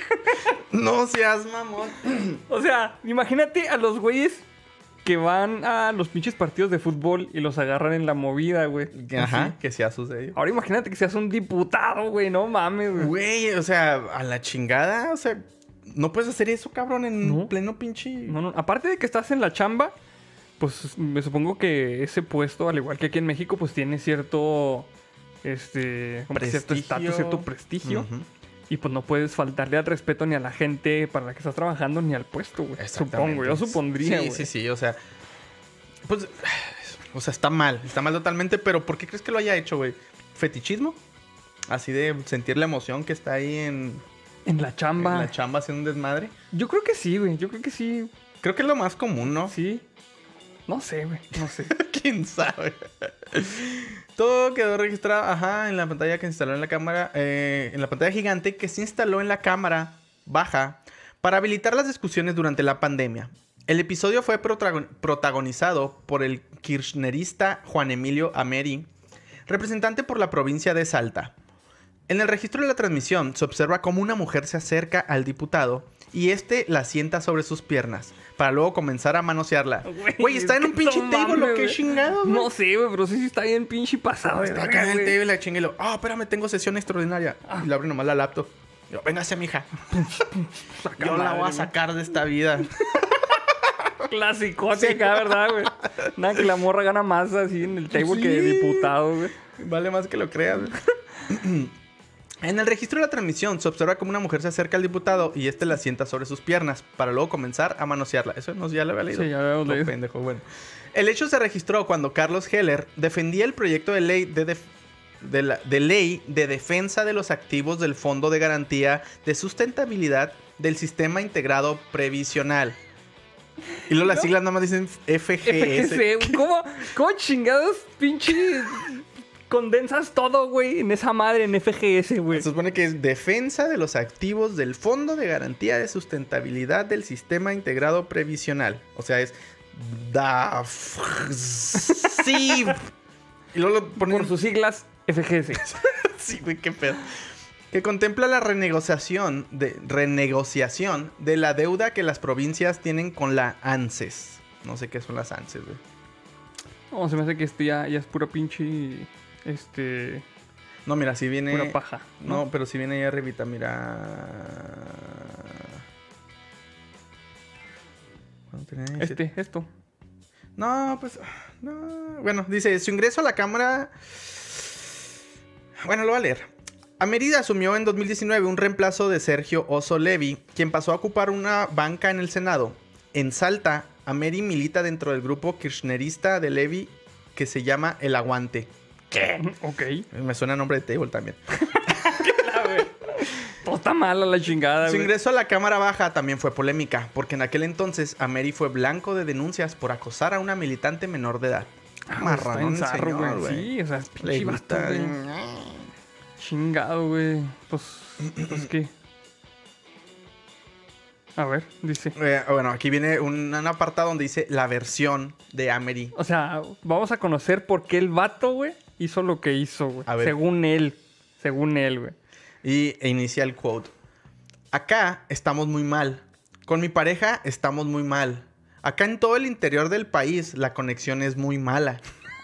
no seas mamón. O sea, imagínate a los güeyes que van a los pinches partidos de fútbol y los agarran en la movida, güey. Ajá, así. que se ha sucedido. Ahora imagínate que seas un diputado, güey. No mames, güey. Güey, o sea, a la chingada, o sea, no puedes hacer eso, cabrón, en pleno pinche... No. Aparte de que estás en la chamba, pues me supongo que ese puesto, al igual que aquí en México, pues tiene cierto... como cierto estatus, cierto prestigio. Uh-huh. Y pues no puedes faltarle al respeto ni a la gente para la que estás trabajando ni al puesto, güey. Supongo, yo supondría, güey. Sí, o sea... Pues... O sea, está mal totalmente, pero ¿por qué crees que lo haya hecho, güey? ¿Fetichismo? Así de sentir la emoción que está ahí en la chamba. En la chamba haciendo un desmadre. Yo creo que sí, güey. Yo creo que sí. Creo que es lo más común, ¿no? Sí. No sé, güey. No sé. ¿Quién sabe? Todo quedó registrado, en la pantalla que se instaló en la cámara, en la pantalla gigante que se instaló en la cámara baja para habilitar las discusiones durante la pandemia. El episodio fue protagonizado por el kirchnerista Juan Emilio Ameri, representante por la provincia de Salta. En el registro de la transmisión se observa cómo una mujer se acerca al diputado y la sienta sobre sus piernas para luego comenzar a manosearla. Güey, está en un pinche table, ¿o qué chingado, güey? No sé, güey, pero sí está bien pinche pasado. Está acá en el table y la chingue y lo... espérame, tengo sesión extraordinaria. Y le abre nomás la laptop. Y yo, véngase, mija. Yo la voy a sacar de esta vida. Clásico acá, ¿verdad, güey? Nada, que la morra gana más así en el table que diputado, güey. Vale más que lo creas, güey. En el registro de la transmisión se observa cómo una mujer se acerca al diputado y la sienta sobre sus piernas para luego comenzar a manosearla. ¿Eso ya lo había leído? Sí, ya lo habíamos leído. Pendejo, bueno. El hecho se registró cuando Carlos Heller defendía el proyecto de ley de defensa de los activos del Fondo de Garantía de Sustentabilidad del Sistema Integrado Previsional. Y luego las siglas nada más dicen FGS. FGC. ¿Cómo chingados pinche condensas todo, güey, en esa madre, en FGS, güey? Se supone que es defensa de los activos del Fondo de Garantía de Sustentabilidad del Sistema Integrado Previsional. O sea, es sí. Y luego lo ponen... Por sus siglas, FGS. Sí, güey, qué pedo. Que contempla la renegociación de la deuda que las provincias tienen con la ANSES. No sé qué son las ANSES, güey. No, se me hace que esto ya es pura pinche... No, mira, si viene... Pura paja. No, pero si viene ahí arribita, mira... Esto. No, pues... No. Bueno, dice, su ingreso a la Cámara... Bueno, lo voy a leer. Mérida asumió en 2019 un reemplazo de Sergio Oso Levi, quien pasó a ocupar una banca en el Senado. En Salta, Ameri milita dentro del grupo kirchnerista de Levi que se llama El Aguante. ¿Qué? Ok. Me suena a nombre de table también. Todo está mal a la chingada, Su güey. ingreso a la Cámara Baja también fue polémica, porque en aquel entonces Ameri fue blanco de denuncias por acosar a una militante menor de edad. Marranón el Está en zarro, señor, güey. güey. Sí, o sea, es Le pinche vato, gusta. güey. Chingado, güey. Pues ¿qué? A ver, dice. Bueno, aquí viene un apartado donde dice la versión de Ameri. O sea, vamos a conocer por qué el vato, güey, hizo lo que hizo, güey. A ver. Según él, güey. E inicia el quote. Acá estamos muy mal. Con mi pareja estamos muy mal. Acá en todo el interior del país la conexión es muy mala.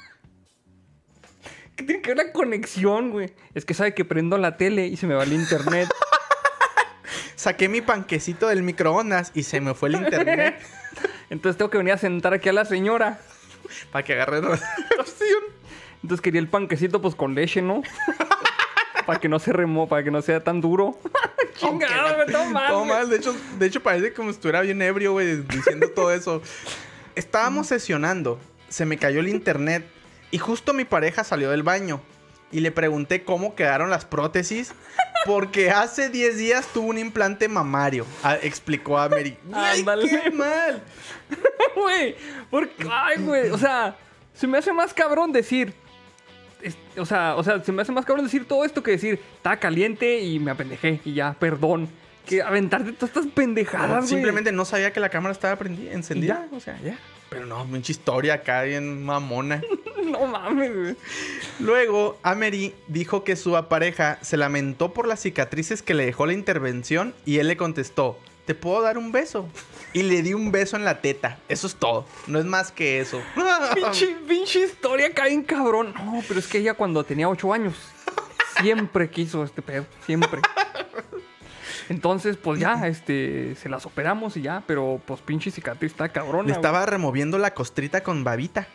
¿Qué tiene que ver la conexión, güey? Es que sabe que prendo la tele y se me va el internet. Saqué mi panquecito del microondas y se me fue el internet. Entonces tengo que venir a sentar aquí a la señora. Para que agarre la opción. Entonces quería el panquecito pues con leche, ¿no? Para que no se para que no sea tan duro. Chingado, me todo mal. Todo güey. mal. De hecho, parece como si estuviera bien ebrio, güey, diciendo todo eso. Estábamos sesionando. Se me cayó el internet. Y justo mi pareja salió del baño. Y le pregunté cómo quedaron las prótesis. Porque hace 10 días tuvo un implante mamario. Explicó a Mary. ¡Ay, Ándale. qué mal! Güey, porque... Ay, güey, o sea, se me hace más cabrón decir... O sea, se me hace más cabrón decir todo esto que decir, estaba caliente y me apendejé y ya, perdón. Que aventarte todas estas pendejadas, güey. Simplemente no sabía que la cámara estaba encendida. O sea, ya. Pero no, mucha historia acá bien mamona. No mames, güey. Luego, Amery dijo que su pareja se lamentó por las cicatrices que le dejó la intervención y él le contestó, ¿te puedo dar un beso? Y le di un beso en la teta. Eso es todo. No es más que eso. Pinche historia acá bien cabrón. No, pero es que ella cuando tenía 8 años siempre quiso este pedo. Siempre. Entonces, pues ya, se las operamos y ya. Pero, pues, pinche cicatriz está cabrona. Le estaba removiendo la costrita con babita.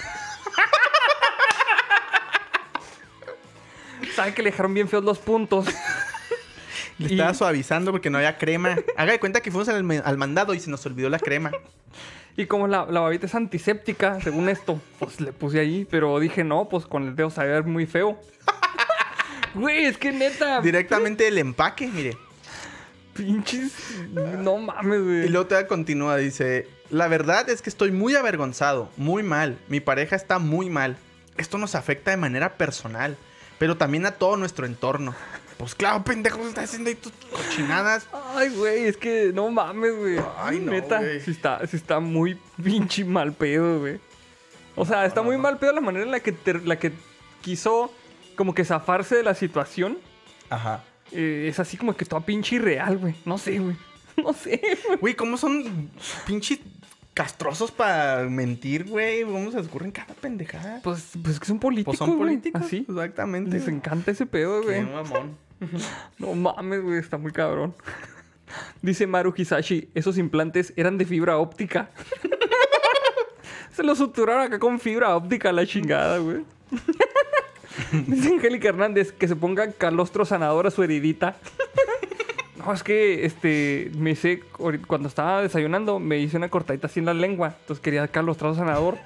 Sabe que le dejaron bien feos los puntos. Le estaba suavizando porque no había crema. Haga de cuenta que fuimos al mandado y se nos olvidó la crema. Y como la babita es antiséptica, según esto, pues le puse ahí. Pero dije, no, pues con el dedo se va a ver muy feo. Güey, es que neta. Directamente del empaque, mire. Pinches. No mames, Y güey. luego todavía continúa, dice, la verdad es que estoy muy avergonzado, muy mal. Mi pareja está muy mal. Esto nos afecta de manera personal, pero también a todo nuestro entorno. Pues claro, pendejo, estás haciendo ahí tus cochinadas. Ay, güey, es que no mames, güey. Ay, no, neta, güey. sí está muy pinche mal pedo, güey. O sea, está muy mal pedo la manera en la que quiso como que zafarse de la situación. Ajá. Es así como que toda pinche irreal, güey. No sé, güey. No sé, güey. Güey, ¿cómo son pinches castrosos para mentir, güey? ¿Cómo se les ocurren cada pendejada? Pues es que son políticos, Pues son güey. políticos. Así. Exactamente. Les encanta ese pedo, Qué güey. mamón. No mames, güey. Está muy cabrón. Dice Maru Hisashi, esos implantes eran de fibra óptica. Se los suturaron acá con fibra óptica a la chingada, güey. Dice Angélica Hernández que se ponga calostro sanador a su heridita. No, es que me hice, cuando estaba desayunando, me hice una cortadita así en la lengua. Entonces quería calostro sanador.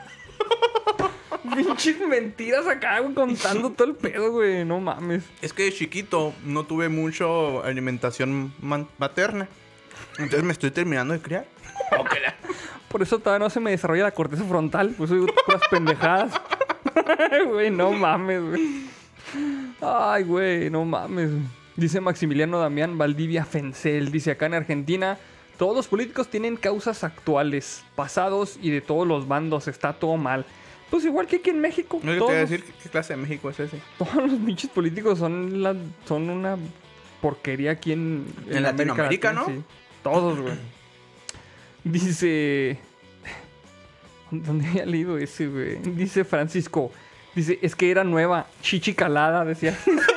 Pinches mentiras acá, güey, contando todo el pedo, güey. No mames. Es que de chiquito no tuve mucho alimentación materna. Entonces me estoy terminando de criar. Por eso todavía no se me desarrolla la corteza frontal. Pues soy puras pendejadas. Güey, no mames, güey. Ay, güey, no mames. Dice Maximiliano Damián Valdivia Fencel. Dice, acá en Argentina, todos los políticos tienen causas actuales, pasados y de todos los bandos. Está todo mal. Pues igual que aquí en México. No, yo te voy a decir qué clase de México es ese. Todos los pinches políticos son una porquería aquí en Latinoamérica, Latina, ¿no? Sí. Todos, güey. Dice... ¿Dónde había leído ese, güey? Dice Francisco. Dice, es que era nueva. Chichi calada, decía.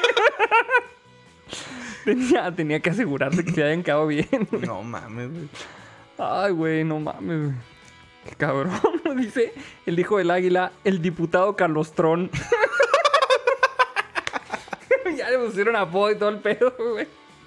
tenía que asegurarse que se hayan quedado bien. No mames, güey. Ay, güey, no mames, güey. Qué cabrón. Dice el hijo del águila, el diputado Carlos Trón. Ya le pusieron apodo y todo el pedo, güey.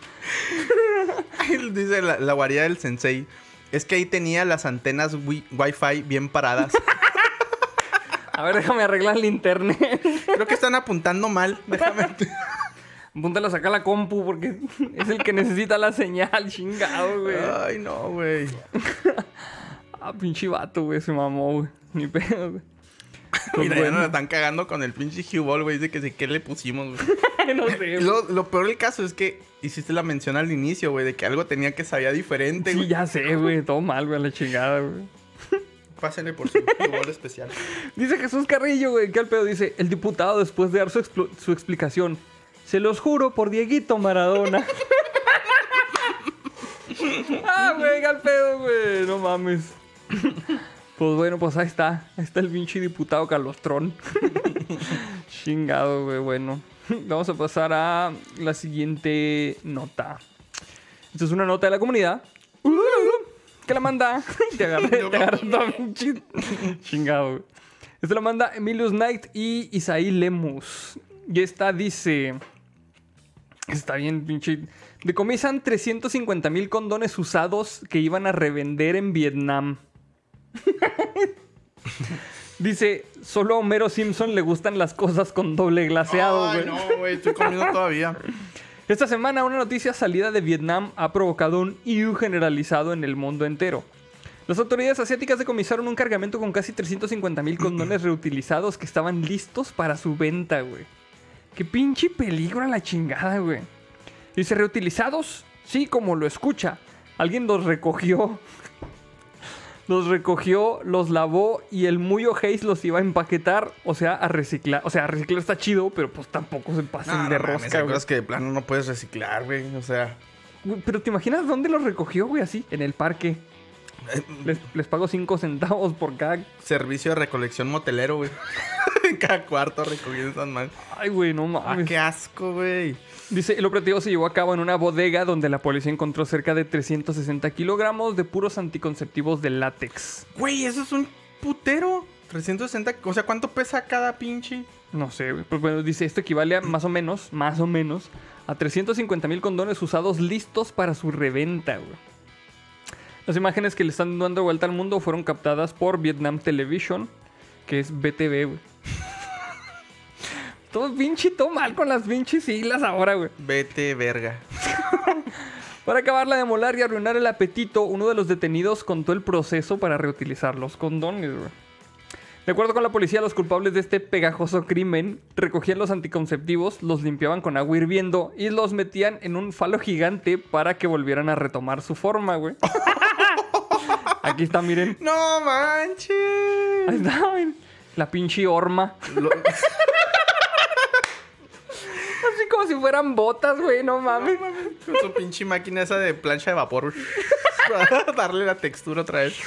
Dice la guarida del sensei. Es que ahí tenía las antenas Wi-Fi bien paradas. A ver, déjame arreglar el internet. Creo que están apuntando mal. Déjame. Apúntalos acá a la compu porque es el que necesita la señal, chingado, güey. Ay, no, güey. Ah, pinche vato, güey, se mamó, güey. Ni pedo, güey. Pues Mira, ya bueno. nos están cagando con el pinche Hugh Ball, güey. Dice que sí, ¿qué le pusimos, güey? No sé, Y güey. lo peor del caso es que hiciste la mención al inicio, güey, de que algo tenía que saber diferente, Sí, güey. ya sé, güey. Todo mal, güey, a la chingada, güey. Pásenle por su Hugh Ball especial. Dice Jesús Carrillo, güey, ¿qué al pedo? Dice, el diputado después de dar su explicación, se los juro por Dieguito Maradona. Ah, güey, ¿qué al pedo, güey? No mames. Pues bueno, pues ahí está. Ahí está el pinche diputado Calostrón. Chingado, güey, bueno. Vamos a pasar a la siguiente nota. Esta es una nota de la comunidad. Que la manda. Te agarré todo pinche chingado, güey. Esta la manda Emilius Knight y Isaí Lemus. Y esta dice... Está bien, pinche... Decomisan 350,000 condones usados que iban a revender en Vietnam. Dice, solo a Homero Simpson le gustan las cosas con doble glaseado, güey. Ay, no, güey. Estoy comiendo todavía. Esta semana una noticia salida de Vietnam ha provocado un IU generalizado en el mundo entero. Las autoridades asiáticas decomisaron un cargamento con casi 350,000 condones reutilizados que estaban listos para su venta, güey. Qué pinche peligro a la chingada, güey. Dice, reutilizados, sí, como lo escucha. Alguien los recogió. Los recogió, los lavó y el muy ojéis los iba a empaquetar, o sea, a reciclar. O sea, a reciclar está chido, pero pues tampoco se pasen de rosca, Hay güey. cosas que de plano no puedes reciclar, güey. O sea... Güey, pero ¿te imaginas dónde los recogió, güey? Así, en el parque. Les pago 5 centavos por cada... Servicio de recolección motelero, güey. En cada cuarto recogiendo esas madres. Ay, güey, no Ah, mames. qué asco, güey. Dice, el operativo se llevó a cabo en una bodega donde la policía encontró cerca de 360 kilogramos de puros anticonceptivos de látex. Güey, eso es un putero. 360, o sea, ¿cuánto pesa cada pinche? No sé, güey. Pues bueno, dice, esto equivale a más o menos, a 350,000 condones usados listos para su reventa, güey. Las imágenes que le están dando vuelta al mundo fueron captadas por Vietnam Television, que es BTV, güey. Todo mal con las pinches siglas ahora, güey. Vete, verga. Para acabarla de molar y arruinar el apetito, uno de los detenidos contó el proceso para reutilizar los condones, güey. De acuerdo con la policía, los culpables de este pegajoso crimen recogían los anticonceptivos, los limpiaban con agua hirviendo y los metían en un falo gigante para que volvieran a retomar su forma, güey. Aquí está, miren. ¡No manches! Ahí está, miren. La pinche horma. Así como si fueran botas, güey, no mames. Con su pinche máquina esa de plancha de vapor. Para darle la textura otra vez.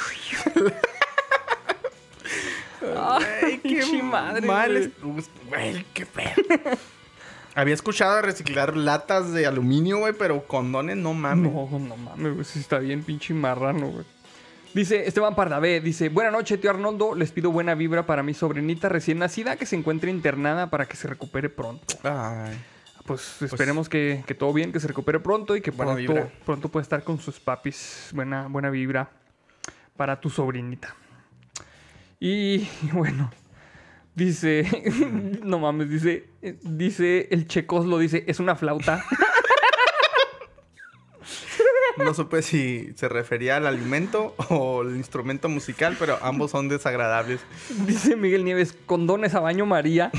Ay, pinche madre, mal. Güey, qué pedo. Había escuchado de reciclar latas de aluminio, güey, pero condones no mames. No mames, güey, sí está bien pinche marrano, güey. Dice Esteban Pardavé, dice, buena noche, tío Arnoldo, les pido buena vibra para mi sobrinita recién nacida que se encuentre internada para que se recupere pronto. Ay. Pues esperemos que todo bien, que se recupere pronto y que Buena vibra. pronto pueda estar con sus papis. Buena vibra para tu sobrinita. Y bueno, dice, no mames, dice el Checoslo, dice, es una flauta. No supe si se refería al alimento o el instrumento musical, pero ambos son desagradables. Dice Miguel Nieves, condones a baño María.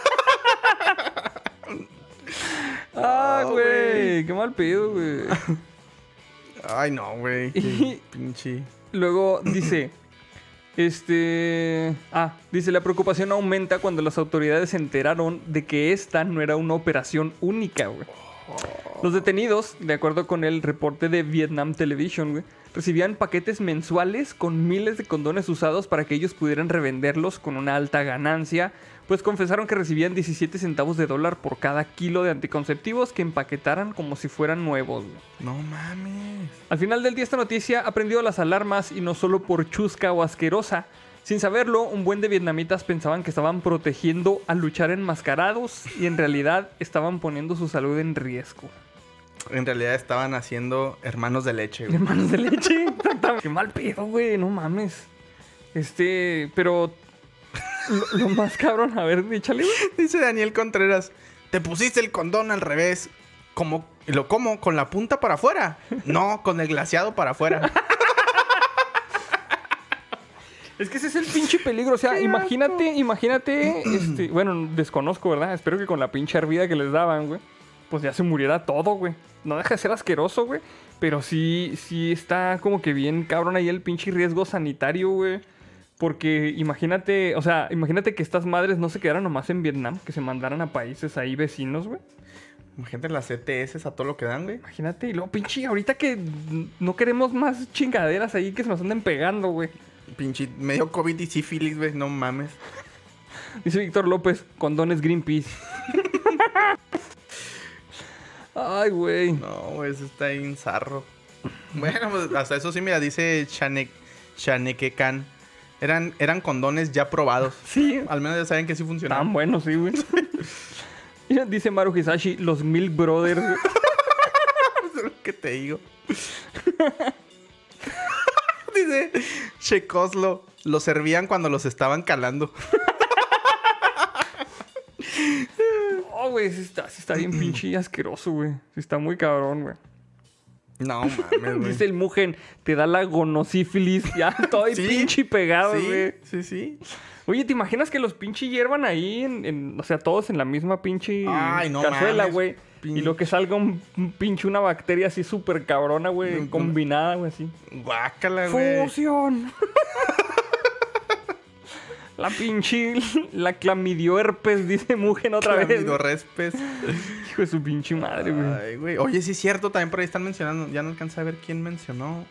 Ah, Oh, güey, qué mal pedo, güey. Ay, no, güey. Qué pinche. Luego dice, dice, la preocupación aumenta cuando las autoridades se enteraron de que esta no era una operación única, güey. Los detenidos, de acuerdo con el reporte de Vietnam Television, güey, recibían paquetes mensuales con miles de condones usados para que ellos pudieran revenderlos con una alta ganancia, pues confesaron que recibían 17 centavos de dólar por cada kilo de anticonceptivos que empaquetaran como si fueran nuevos, güey. No mames. Al final del día esta noticia ha prendido las alarmas y no solo por chusca o asquerosa, Sin saberlo, un buen de vietnamitas pensaban que estaban protegiendo al luchar enmascarados y en realidad estaban poniendo su salud en riesgo. En realidad estaban haciendo hermanos de leche, güey. Hermanos de leche. Qué mal pedo, güey. No mames. Pero... lo más cabrón, a ver, échale, güey. Dice Daniel Contreras, ¿te pusiste el condón al revés? ¿Cómo? ¿Con la punta para afuera? No, con el glaseado para afuera. Es que ese es el pinche peligro. O sea, imagínate, bueno, desconozco, ¿verdad? Espero que con la pinche hervida que les daban, güey, pues ya se muriera todo, güey. No deja de ser asqueroso, güey. Pero sí está como que bien cabrón ahí el pinche riesgo sanitario, güey. Porque imagínate que estas madres no se quedaran nomás en Vietnam, que se mandaran a países ahí vecinos, güey. Imagínate las ETS a todo lo que dan, güey. Imagínate, y luego pinche, ahorita que no queremos más chingaderas ahí que se nos anden pegando, güey. Pinche medio COVID y sífilis, güey, no mames. Dice Víctor López, condones Greenpeace. Ay, güey. No, güey, eso está bien zarro. Bueno, pues hasta eso sí, mira, dice Chaneke Khan. Eran condones ya probados. Sí. Al menos ya saben que sí funcionaban. Tan buenos, sí, güey. Dice Maru Hisashi, los Milk Brothers. Es lo que te digo. Dice Checoslo, los servían cuando los estaban calando. Oh, güey, sí está bien pinche asqueroso, güey. Sí está muy cabrón, güey. No mames, güey. Dice el Mugen, te da la gonosífilis ya todo ahí Sí, pinche pegado, güey. Sí. Oye, ¿te imaginas que los pinche hiervan ahí o sea, todos en la misma pinche Ay, no cazuela, mames. güey? Y lo que salga un pinche una bacteria así súper cabrona, güey, combinada, güey, así. Guácala, güey. ¡Fusión! La clamidioherpes, dice Mugen otra vez. Clamidorespes. Hijo de su pinche madre, güey. Ay, güey. Oye, sí es cierto, también por ahí están mencionando. Ya no alcanza a ver quién mencionó.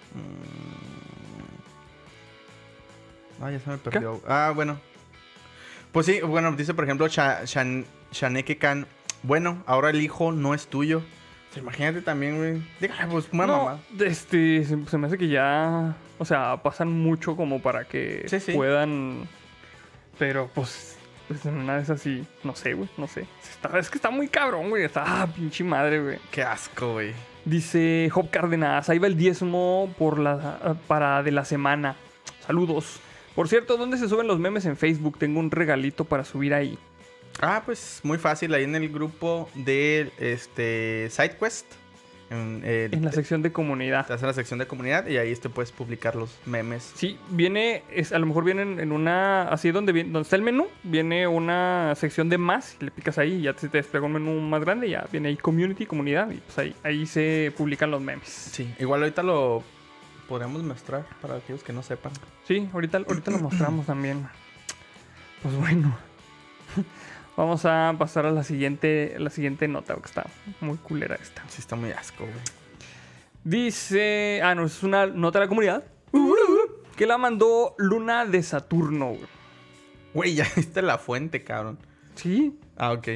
Ya se me perdió. Ah, bueno. Pues sí, bueno, dice por ejemplo Chaneke Khan. Bueno, ahora el hijo no es tuyo. O sea, imagínate también, güey. Dígale, pues, una mamá. Se me hace que ya... O sea, pasan mucho como para que Sí. puedan... Pero, pues en una vez así... No sé, güey, no sé. Es que está muy cabrón, güey. Pinche madre, güey. Qué asco, güey. Dice Job Cárdenas, ahí va el diezmo para de la semana. Saludos. Por cierto, ¿dónde se suben los memes en Facebook? Tengo un regalito para subir ahí. Ah, pues muy fácil, ahí en el grupo de SideQuest. En la sección de comunidad. Te hace la sección de comunidad y ahí puedes publicar los memes. Sí, a lo mejor vienen en una... Así donde está el menú, viene una sección de más. Le picas ahí y ya te desplega un menú más grande. Y ya viene ahí community, comunidad. Y pues ahí se publican los memes. Sí, igual ahorita lo podríamos mostrar para aquellos que no sepan. Sí, ahorita lo mostramos también. Pues bueno. Vamos a pasar a la siguiente nota, que está muy culera esta. Sí, está muy asco, güey. Dice... no, es una nota de la comunidad. Que la mandó Luna de Saturno, güey. Güey, ya viste la fuente, cabrón. ¿Sí? Ah, ok.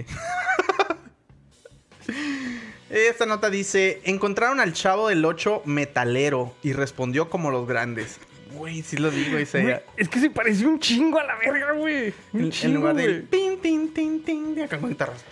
Esta nota dice... Encontraron al Chavo del 8 metalero y respondió como los grandes. Güey, sí lo digo, dice. Es que se pareció un chingo a la verga, güey. En lugar del tin, tin, tin, tin, de acá con guitarras.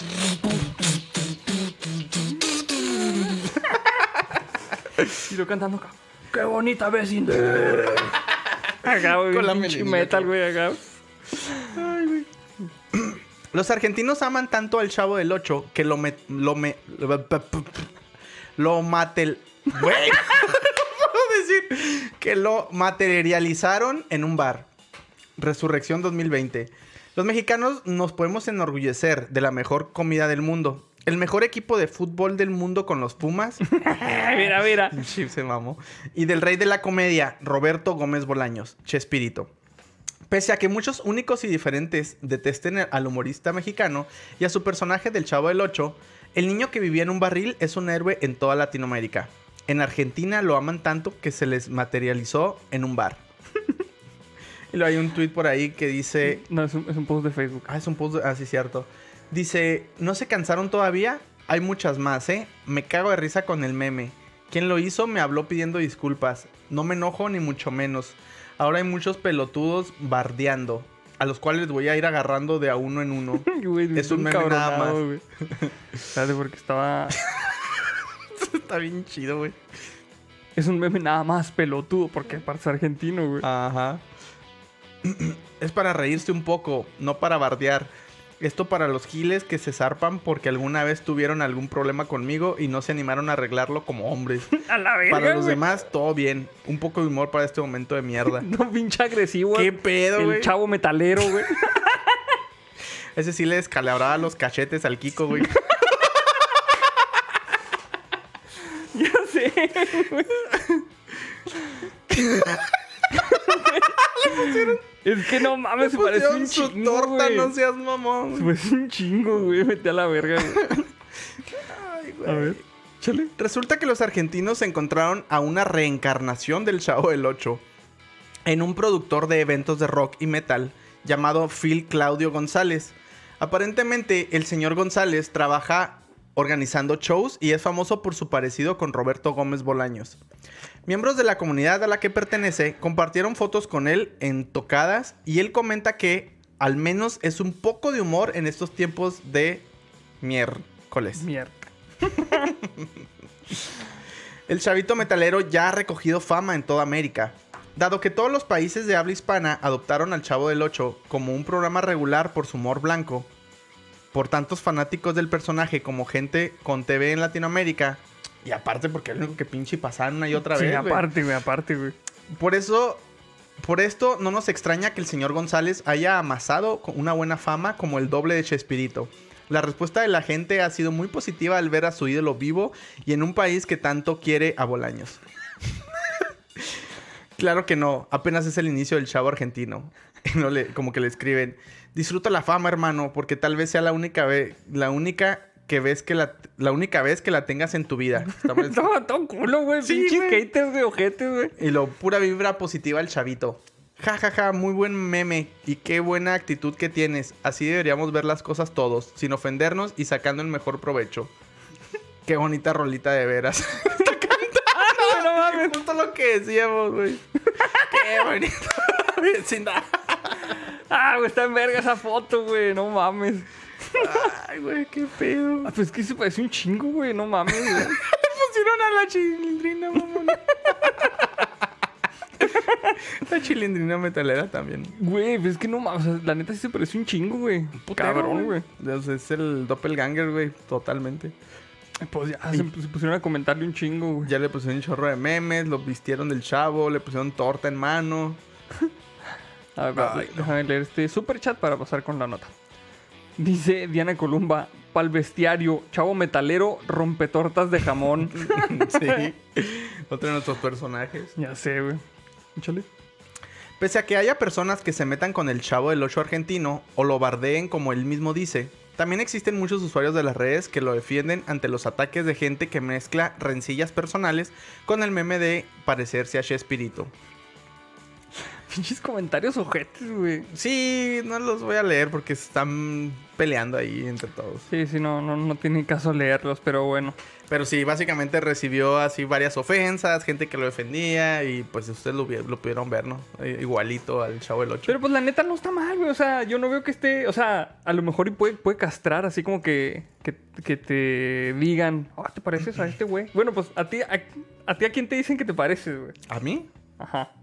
Y lo cantando acá. ¡Qué bonita vecindad! Acá, güey. Con la pinche melenilla, metal, güey, acá. Ay, güey. Los argentinos aman tanto al Chavo del 8 que lo materializaron en un bar. Resurrección 2020. Los mexicanos nos podemos enorgullecer de la mejor comida del mundo. El mejor equipo de fútbol del mundo con los Pumas. Mira. Sí, se mamó. Y del rey de la comedia, Roberto Gómez Bolaños, Chespirito. Pese a que muchos únicos y diferentes detesten al humorista mexicano y a su personaje del Chavo del 8, el niño que vivía en un barril es un héroe en toda Latinoamérica. En Argentina lo aman tanto que se les materializó en un bar. Y luego hay un tweet por ahí que dice... No, es un post de Facebook. Es un post... sí, cierto. Dice, ¿no se cansaron todavía? Hay muchas más, ¿eh? Me cago de risa con el meme. Quien lo hizo me habló pidiendo disculpas. No me enojo ni mucho menos. Ahora hay muchos pelotudos bardeando, a los cuales voy a ir agarrando de a uno en uno. Güey, Es un meme nada más. güey. Espérate, porque estaba... Está bien chido, güey. Es un meme nada más pelotudo, porque parece argentino, güey. Ajá. Es para reírse un poco, no para bardear. Esto para los giles que se zarpan porque alguna vez tuvieron algún problema conmigo y no se animaron a arreglarlo como hombres. A la verga, Para los güey. demás, todo bien. Un poco de humor para este momento de mierda. No, pinche agresivo. ¿Qué pedo, güey? El chavo metalero, güey. Ese sí le descalabraba los cachetes al Kiko, güey. Ya sé, güey. Es que no mames, se parece un Pusieron su chingo, torta, güey. no seas mamón. Se parece un chingo, güey. Vete a la verga, güey. Ay, güey. A ver, chale. Resulta que los argentinos encontraron a una reencarnación del Chavo del Ocho en un productor de eventos de rock y metal llamado Phil Claudio González. Aparentemente, el señor González trabaja organizando shows y es famoso por su parecido con Roberto Gómez Bolaños. Miembros de la comunidad a la que pertenece compartieron fotos con él en tocadas y él comenta que al menos es un poco de humor en estos tiempos de miércoles. Mierda. El chavito metalero ya ha recogido fama en toda América. Dado que todos los países de habla hispana adoptaron al Chavo del Ocho como un programa regular por su humor blanco, por tantos fanáticos del personaje como gente con TV en Latinoamérica, y aparte porque es lo único que pinche pasaban una y otra Sí, vez, güey. aparte, güey. Por esto no nos extraña que el señor González haya amasado una buena fama como el doble de Chespirito. La respuesta de la gente ha sido muy positiva al ver a su ídolo vivo y en un país que tanto quiere a Bolaños. Claro que no, apenas es el inicio del Chavo argentino. Como que le escriben, disfruta la fama, hermano, porque tal vez sea la única vez que la tengas en tu vida. Todo culo, güey. Sí, Pinches güey. haters de ojete, güey. Y lo pura vibra positiva al chavito. Ja, ja, ja, muy buen meme. Y qué buena actitud que tienes. Así deberíamos ver las cosas todos, sin ofendernos y sacando el mejor provecho. Qué bonita rolita de veras. No mames. Justo lo que decíamos, güey. Qué bonito. Sin nada. Ah, güey, está en verga esa foto, güey. No mames. Ay, güey, qué pedo. Ah, pues es que se parece un chingo, güey. No mames, güey. Pusieron a la chilindrina, mamón. La chilindrina metalera también. Güey, pues es que no mames. O sea, la neta sí se parece un chingo, güey. Cabrón, güey. Es el doppelganger, güey, totalmente. Pues ya se pusieron a comentarle un chingo, güey. Ya le pusieron un chorro de memes, lo vistieron del Chavo, le pusieron torta en mano. A ver, Ay, no. déjame leer este super chat para pasar con la nota. Dice Diana Columba, pa'l bestiario, chavo metalero, rompetortas de jamón. Sí. Otro de nuestros personajes. Ya sé, güey. Échale. Pese a que haya personas que se metan con el Chavo del Ocho argentino o lo bardeen como él mismo dice, también existen muchos usuarios de las redes que lo defienden ante los ataques de gente que mezcla rencillas personales con el meme de parecerse a Chespirito. Pinches comentarios ojetes, güey. Sí, no los voy a leer porque están peleando ahí entre todos. Sí, no tiene caso leerlos, pero bueno. Pero sí, básicamente recibió así varias ofensas, gente que lo defendía y pues ustedes lo pudieron ver, ¿no? Igualito al Chavo del Ocho. Pero pues la neta no está mal, güey. O sea, yo no veo que esté... O sea, a lo mejor y puede castrar así como que te digan... ¿te pareces a este güey? Bueno, pues a ti a quién te dicen que te pareces, güey. ¿A mí? Ajá.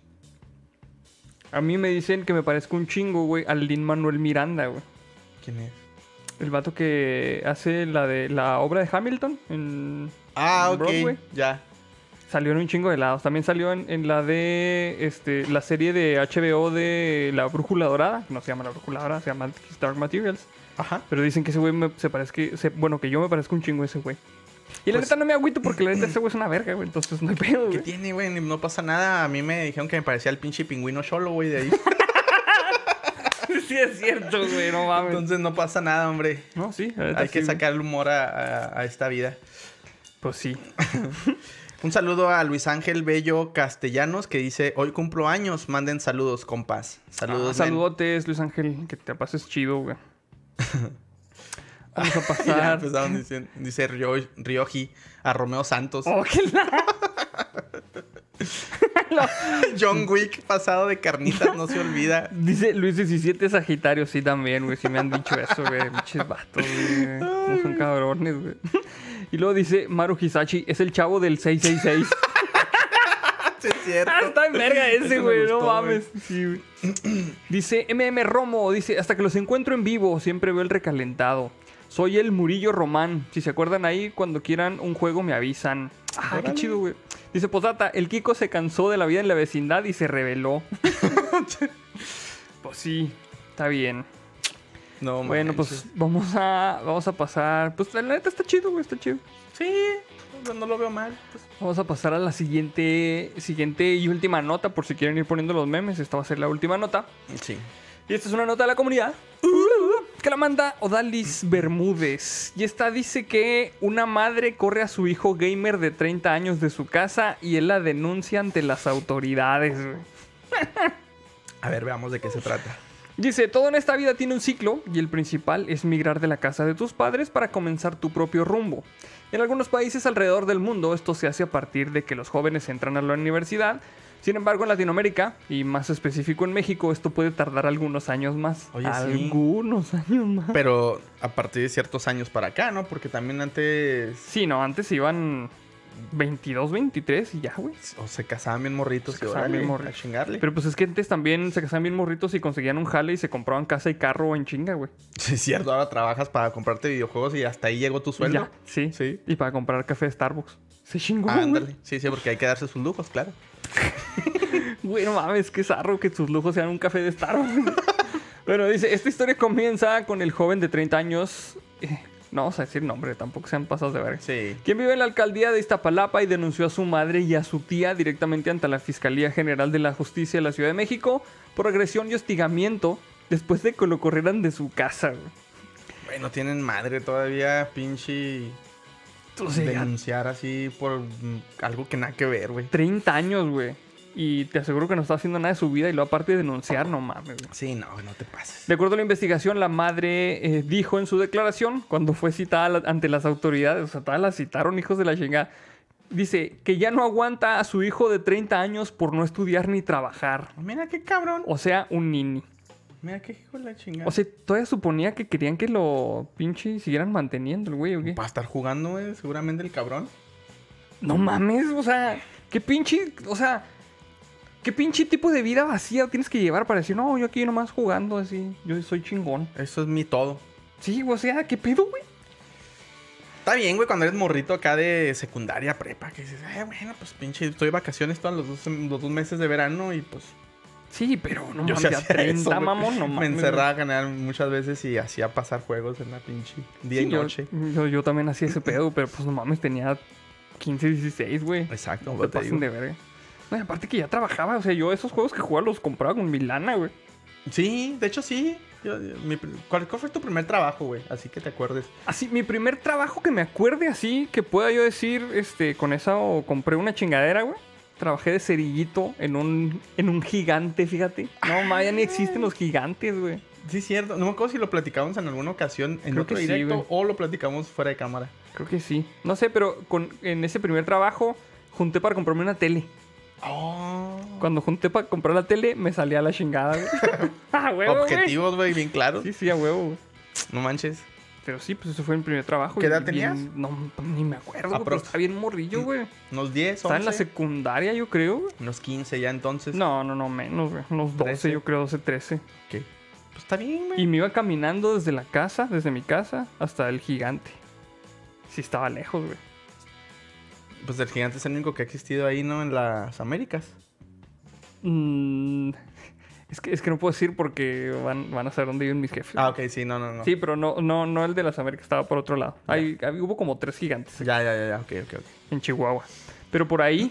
A mí me dicen que me parezco un chingo, güey, al Lin-Manuel Miranda, güey. ¿Quién es? El vato que hace la obra de Hamilton en Ok. Broadway. Ya. Salió en un chingo de lados. También salió en la de la serie de HBO de La Brújula Dorada. No se llama La Brújula Dorada, se llama Dark Materials. Ajá. Pero dicen que ese güey que yo me parezco un chingo a ese güey. Y la Pues- neta no me agüito porque la neta ese güey es una verga, güey. Entonces no hay pedo, ¿Qué güey. tiene, güey? No pasa nada. A mí me dijeron que me parecía el pinche pingüino cholo, güey, de ahí. Sí es cierto, güey, no mames. Entonces no pasa nada, hombre. No, sí, la neta Hay que sí, güey. sacar el humor a esta vida. Pues sí. Un saludo a Luis Ángel Bello Castellanos que dice, hoy cumplo años, manden saludos, compas. Saludos, men. Saludotes, Luis Ángel, que te pases chido, güey. Vamos a Ya pasar. empezaron diciendo, dice Ryoji a Romeo Santos. Oh, qué John Wick pasado de carnitas, no se olvida. Dice Luis 17 Sagitario, sí también, güey. Sí me han dicho eso, güey. Pinches vatos, güey. No son cabrones, güey. Y luego dice Maru Hisashi, es el chavo del 666. Sí, es cierto. Está en verga ese, me güey. No gustó, mames. Sí, güey. Dice Romo, dice, hasta que los encuentro en vivo, siempre veo el recalentado. Soy el Murillo Román. Si se acuerdan ahí, cuando quieran un juego me avisan. Ah, qué chido, güey. Dice Posata, el Kiko se cansó de la vida en la vecindad y se rebeló. Pues sí, está bien. No, bueno, pues vamos a pasar. Pues la neta está chido, güey, está chido. Sí, pues, no lo veo mal. Pues. Vamos a pasar a la siguiente y última nota, por si quieren ir poniendo los memes. Esta va a ser la última nota. Sí. Y esta es una nota de la comunidad que la manda Odalis Bermúdez. Y esta dice que una madre corre a su hijo gamer de 30 años de su casa y él la denuncia ante las autoridades. A ver, veamos de qué se trata. Dice, todo en esta vida tiene un ciclo y el principal es migrar de la casa de tus padres para comenzar tu propio rumbo. En algunos países alrededor del mundo esto se hace a partir de que los jóvenes entran a la universidad. Sin embargo, en Latinoamérica, y más específico en México, esto puede tardar algunos años más. Oye, algunos años más. Pero a partir de ciertos años para acá, ¿no? Porque también antes... Sí, no, antes iban 22, 23 y ya, güey. O se casaban bien morritos. Se casaban bien morritos. A chingarle. Pero pues es que antes también se casaban bien morritos y conseguían un jale y se compraban casa y carro en chinga, güey. Sí, es cierto. Ahora trabajas para comprarte videojuegos y hasta ahí llegó tu sueldo. Ya, sí. Sí. Y para comprar café de Starbucks. Se chingó, Ándale. güey. Sí, porque hay que darse sus lujos, claro. Güey, no mames, qué zarro que sus lujos sean un café de Starbucks. Bueno, dice, esta historia comienza con el joven de 30 años... no vamos a decir nombre, tampoco sean pasados de verga. Sí. Quien vive en la alcaldía de Iztapalapa y denunció a su madre y a su tía directamente ante la Fiscalía General de la Justicia de la Ciudad de México por agresión y hostigamiento después de que lo corrieran de su casa, güey. Bueno, tienen madre todavía, pinche... O sea, denunciar así por algo que nada que ver, güey. 30 años, güey. Y te aseguro que no está haciendo nada de su vida y luego aparte de denunciar, no mames, güey. Sí, no te pases. De acuerdo a la investigación, la madre dijo en su declaración, cuando fue citada ante las autoridades, o sea, todas la citaron, hijos de la chingada, dice que ya no aguanta a su hijo de 30 años por no estudiar ni trabajar. Mira qué cabrón. O sea, un nini. Mira qué hijo de la chingada. O sea, todavía suponía que querían que lo pinche siguieran manteniendo el güey, ¿o qué? Va a estar jugando, güey, seguramente el cabrón. No mames, o sea, qué pinche, o sea... ¿Qué pinche tipo de vida vacía tienes que llevar para decir, no, yo aquí nomás jugando así, yo soy chingón? Eso es mi todo. Sí, o sea, ¿qué pedo, güey? Está bien, güey, cuando eres morrito acá de secundaria, prepa, que dices, bueno, pues pinche, estoy de vacaciones todos los dos meses de verano y pues... Sí, pero no Yo mames, sí ya hacía 30, eso, güey. mamón, no mames. Me encerraba a ganar muchas veces y hacía pasar juegos en la pinche día Sí, y noche. Yo también hacía ese pedo, pero pues no mames, tenía 15, 16, güey. Exacto, No te pasen de verga. No, y aparte que ya trabajaba, o sea, yo esos juegos que jugaba los compraba con mi lana, güey. Sí, de hecho sí. ¿Cuál fue tu primer trabajo, güey? Así que te acuerdes. Así, mi primer trabajo que me acuerde así, que pueda yo decir, con esa o compré una chingadera, güey. Trabajé de cerillito en un gigante, fíjate. No, ma, ya ni existen los gigantes, güey. Sí, cierto. No me acuerdo si lo platicamos en alguna ocasión en Creo otro que sí, directo güey. o lo platicamos fuera de cámara. Creo que sí. No sé, pero en ese primer trabajo junté para comprarme una tele. Oh. Cuando junté para comprar la tele, me salía la chingada, güey. ¡Ah, huevo, Objetivos, güey, bien claros. Sí, sí, a huevo, güey. No manches. Pero sí, pues ese fue mi primer trabajo. ¿Qué y edad tenías? No, ni me acuerdo, güey, pero Aprox. estaba bien morrillo, güey. Unos 10, 11. Estaba en la secundaria, yo creo, güey. Unos 15 ya entonces. No, menos, güey. Unos 12, 13. yo creo, 12, 13. ¿Qué? Pues está bien, güey. Y me iba caminando desde mi casa, hasta el gigante. Sí, estaba lejos, güey. Pues el gigante es el único que ha existido ahí, ¿no? En las Américas. Es que no puedo decir porque van a saber dónde viven mis jefes. Ah, ok, sí, no. Sí, pero no el de las Américas, estaba por otro lado. Hubo como 3 gigantes Ya, ok. en Chihuahua. Pero por ahí,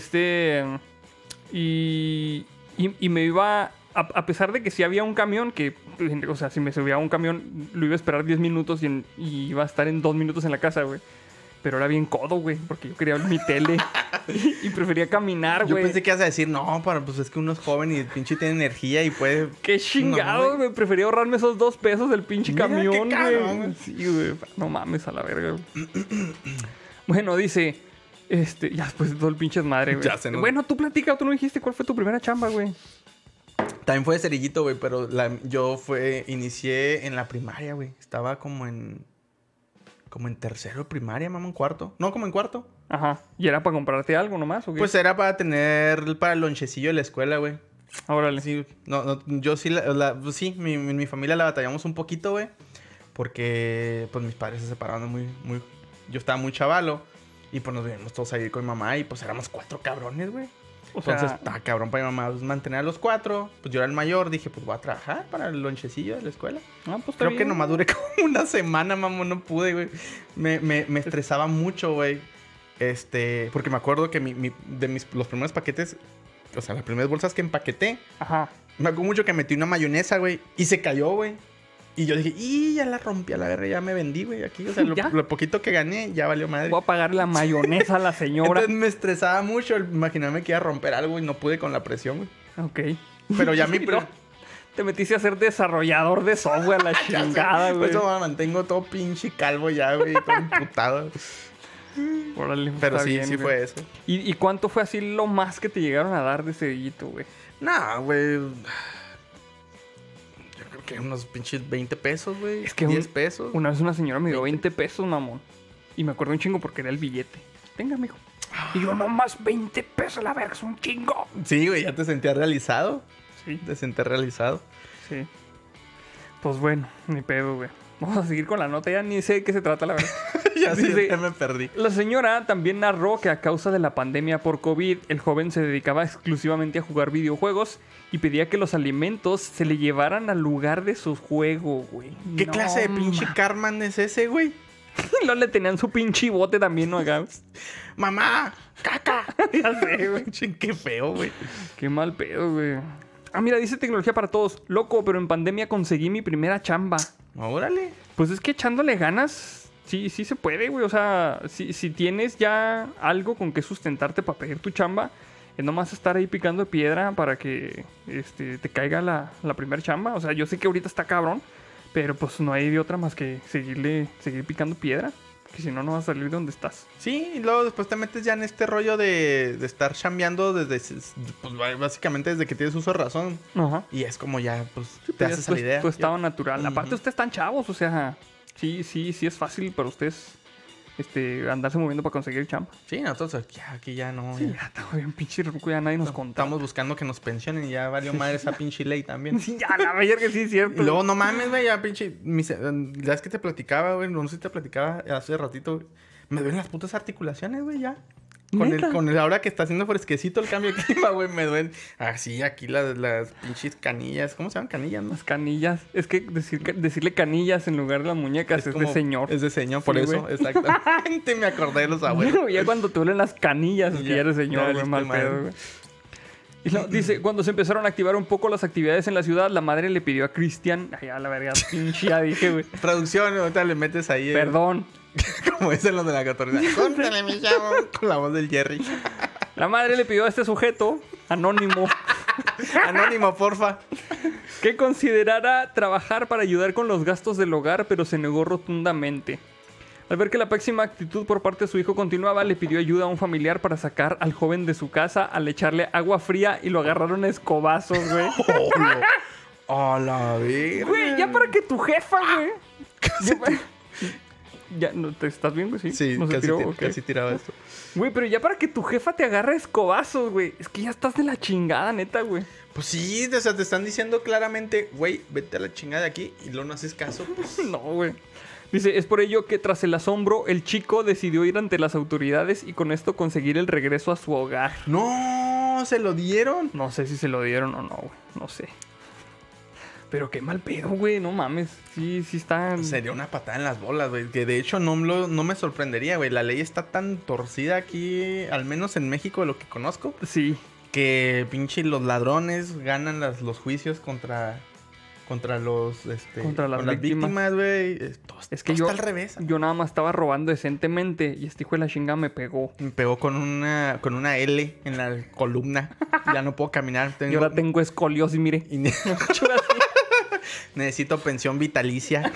y me iba, a pesar de que sí había un camión, que, o sea, si me subía a un camión, lo iba a esperar 10 minutos y iba a estar en 2 minutos en la casa, güey. Pero era bien codo, güey, porque yo quería ver mi tele y prefería caminar, Yo güey. pensé que ibas a decir, no, pues es que uno es joven y el pinche tiene energía y puede... Qué chingado, No, güey. Prefería ahorrarme esos 2 pesos del pinche Mira, camión, qué cabrón, güey. güey. Sí, güey. No mames a la verga, güey. Bueno, dice... Ya después de todo el pinche desmadre, güey. Ya se nos- Bueno, tú platica, tú no dijiste cuál fue tu primera chamba, güey. También fue de cerillito, güey, pero inicié en la primaria, güey. Estaba como en tercero de primaria, mamá, en cuarto. No, como en cuarto. Ajá. ¿Y era para comprarte algo nomás o qué? Pues era para el lonchecillo de la escuela, güey. Órale. Sí, yo sí, pues sí, mi familia la batallamos un poquito, güey. Porque, pues, mis padres se separaron muy... Yo estaba muy chavalo. Y, pues, nos vinimos todos a vivir con mi mamá. Y, pues, éramos 4 cabrones, güey. O sea, Entonces, estaba cabrón para mi mamá pues, mantener a los 4. Pues, yo era el mayor. Dije, pues, voy a trabajar para el lonchecillo de la escuela. pues está Creo bien, que nomás güey. duré como una semana, mamón. No pude, güey. Me estresaba mucho, güey. Porque me acuerdo que los primeros paquetes... O sea, las primeras bolsas que empaqueté... Ajá. Me acuerdo mucho que metí una mayonesa, güey. Y se cayó, güey. Y yo dije, ya la rompí a la verga, ya me vendí, güey, aquí. O sea, ¿Ya? lo poquito que gané, ya valió madre. Voy a pagar la mayonesa a la señora. Entonces me estresaba mucho el imaginarme que iba a romper algo y no pude con la presión, güey. Ok. Pero ya mi... No, te metiste a ser desarrollador de software, la Ya sé, chingada, por güey. eso me mantengo todo pinche calvo ya, güey, todo emputado. Órale, Pero está sí, bien, sí güey. fue eso. ¿Y cuánto fue así lo más que te llegaron a dar de cerillito, güey? Nah, güey. Yo creo que unos pinches 20 pesos, güey. Es que 10 pesos. Una vez una señora me dio 20 pesos, mamón. Y me acuerdo un chingo porque era el billete. Tenga, mijo. Y yo, no más 20 pesos, la verga, es un chingo. Sí, güey, ya te sentías realizado. Sí, Te sentías realizado. sí. Pues bueno, ni pedo, güey. Vamos a seguir con la nota, ya ni sé de qué se trata, la verdad. Ya sí, Dice- ya me perdí. La señora también narró que a causa de la pandemia por COVID, el joven se dedicaba exclusivamente a jugar videojuegos y pedía que los alimentos se le llevaran al lugar de su juego, güey. ¿Qué No, clase de pinche Carman es ese, güey? Y luego le tenían su pinche bote también, ¿no? Acá. ¡Mamá! ¡Caca! Ya sé, güey. Pinche, qué feo, güey. Qué mal pedo, güey. Ah, mira, dice tecnología para todos. Loco, pero en pandemia conseguí mi primera chamba. Órale. Pues es que echándole ganas, sí se puede, güey. O sea, si tienes ya algo con que sustentarte para pedir tu chamba, es nomás estar ahí picando piedra para que te caiga la primera chamba. O sea, yo sé que ahorita está cabrón, pero pues no hay de otra más que seguir picando piedra. Que si no, no vas a salir de donde estás. Sí, y luego después te metes ya en este rollo de estar chambeando desde, pues básicamente desde que tienes uso de razón. Ajá. Y es como ya, pues, Sí, te pues, haces ya a la idea. tu estado natural. Ujú. Aparte, ustedes están chavos, o sea, sí es fácil para ustedes andarse moviendo para conseguir chamba. Sí, nosotros aquí ya no. Sí, ya. ya está bien pinche ruco, ya nadie nos contaba. Estamos buscando que nos pensionen y ya valió madre esa pinche ley también. Sí, ya, la mayor que sí es cierto. Y luego, no mames, güey, ya pinche... Ya es que te platicaba, güey, no sé si te platicaba hace ratito, güey. Me duelen las putas articulaciones, güey, ya. ¿Neta? Ahora que está haciendo fresquecito el cambio de clima, güey, me duelen. Así, aquí las pinches canillas. ¿Cómo se llaman canillas, no? Las canillas. Es que decirle canillas en lugar de las muñecas es de como- señor. Es de señor, por Sí, eso, güey. exactamente. Me acordé de los abuelos. Bueno, ya cuando te duelen las canillas, es que Ya, ya eres señor, ya güey, valiste mal madre. pedo, güey. Y no, dice, cuando se empezaron a activar un poco las actividades en la ciudad, la madre le pidió a Cristian... Ay, a la verga, pinche, ya dije, güey. Producción, ahorita le metes ahí. Perdón. Como dicen los de la catorina. Córtale, mi chavo. Con la voz del Jerry. La madre le pidió a este sujeto, anónimo, Anónimo, porfa. que considerara trabajar para ayudar con los gastos del hogar, pero se negó rotundamente. Al ver que la pésima actitud por parte de su hijo continuaba, le pidió ayuda a un familiar para sacar al joven de su casa al echarle agua fría y lo agarraron a escobazos, güey. A la verga. Güey, ya para que tu jefa, güey. Ya, ¿no te estás bien, güey? Sí, Sí, ¿No se casi, tiró? ti- Ok. casi tiraba esto. Güey, pero ya para que tu jefa te agarre a escobazos, güey. Es que ya estás de la chingada, neta, güey. Pues sí, o sea, te están diciendo claramente, güey, vete a la chingada de aquí y luego no haces caso, pues. No, güey. Dice, es por ello que tras el asombro, el chico decidió ir ante las autoridades y con esto conseguir el regreso a su hogar. No, se lo dieron. No sé si se lo dieron o no, güey. No sé. Pero qué mal pedo, güey. No mames. Sí está... Sería una patada en las bolas, güey. Que de hecho no me sorprendería, güey. La ley está tan torcida aquí, al menos en México, de lo que conozco, Sí. que pinche los ladrones ganan los juicios contra los Contra las con las víctimas, güey. Es que todo yo, está al revés. yo nada más estaba robando decentemente y este hijo de la chinga me pegó. Me pegó con una L en la columna. Ya no puedo caminar. Y ahora tengo escoliosis, mire. y necesito pensión vitalicia.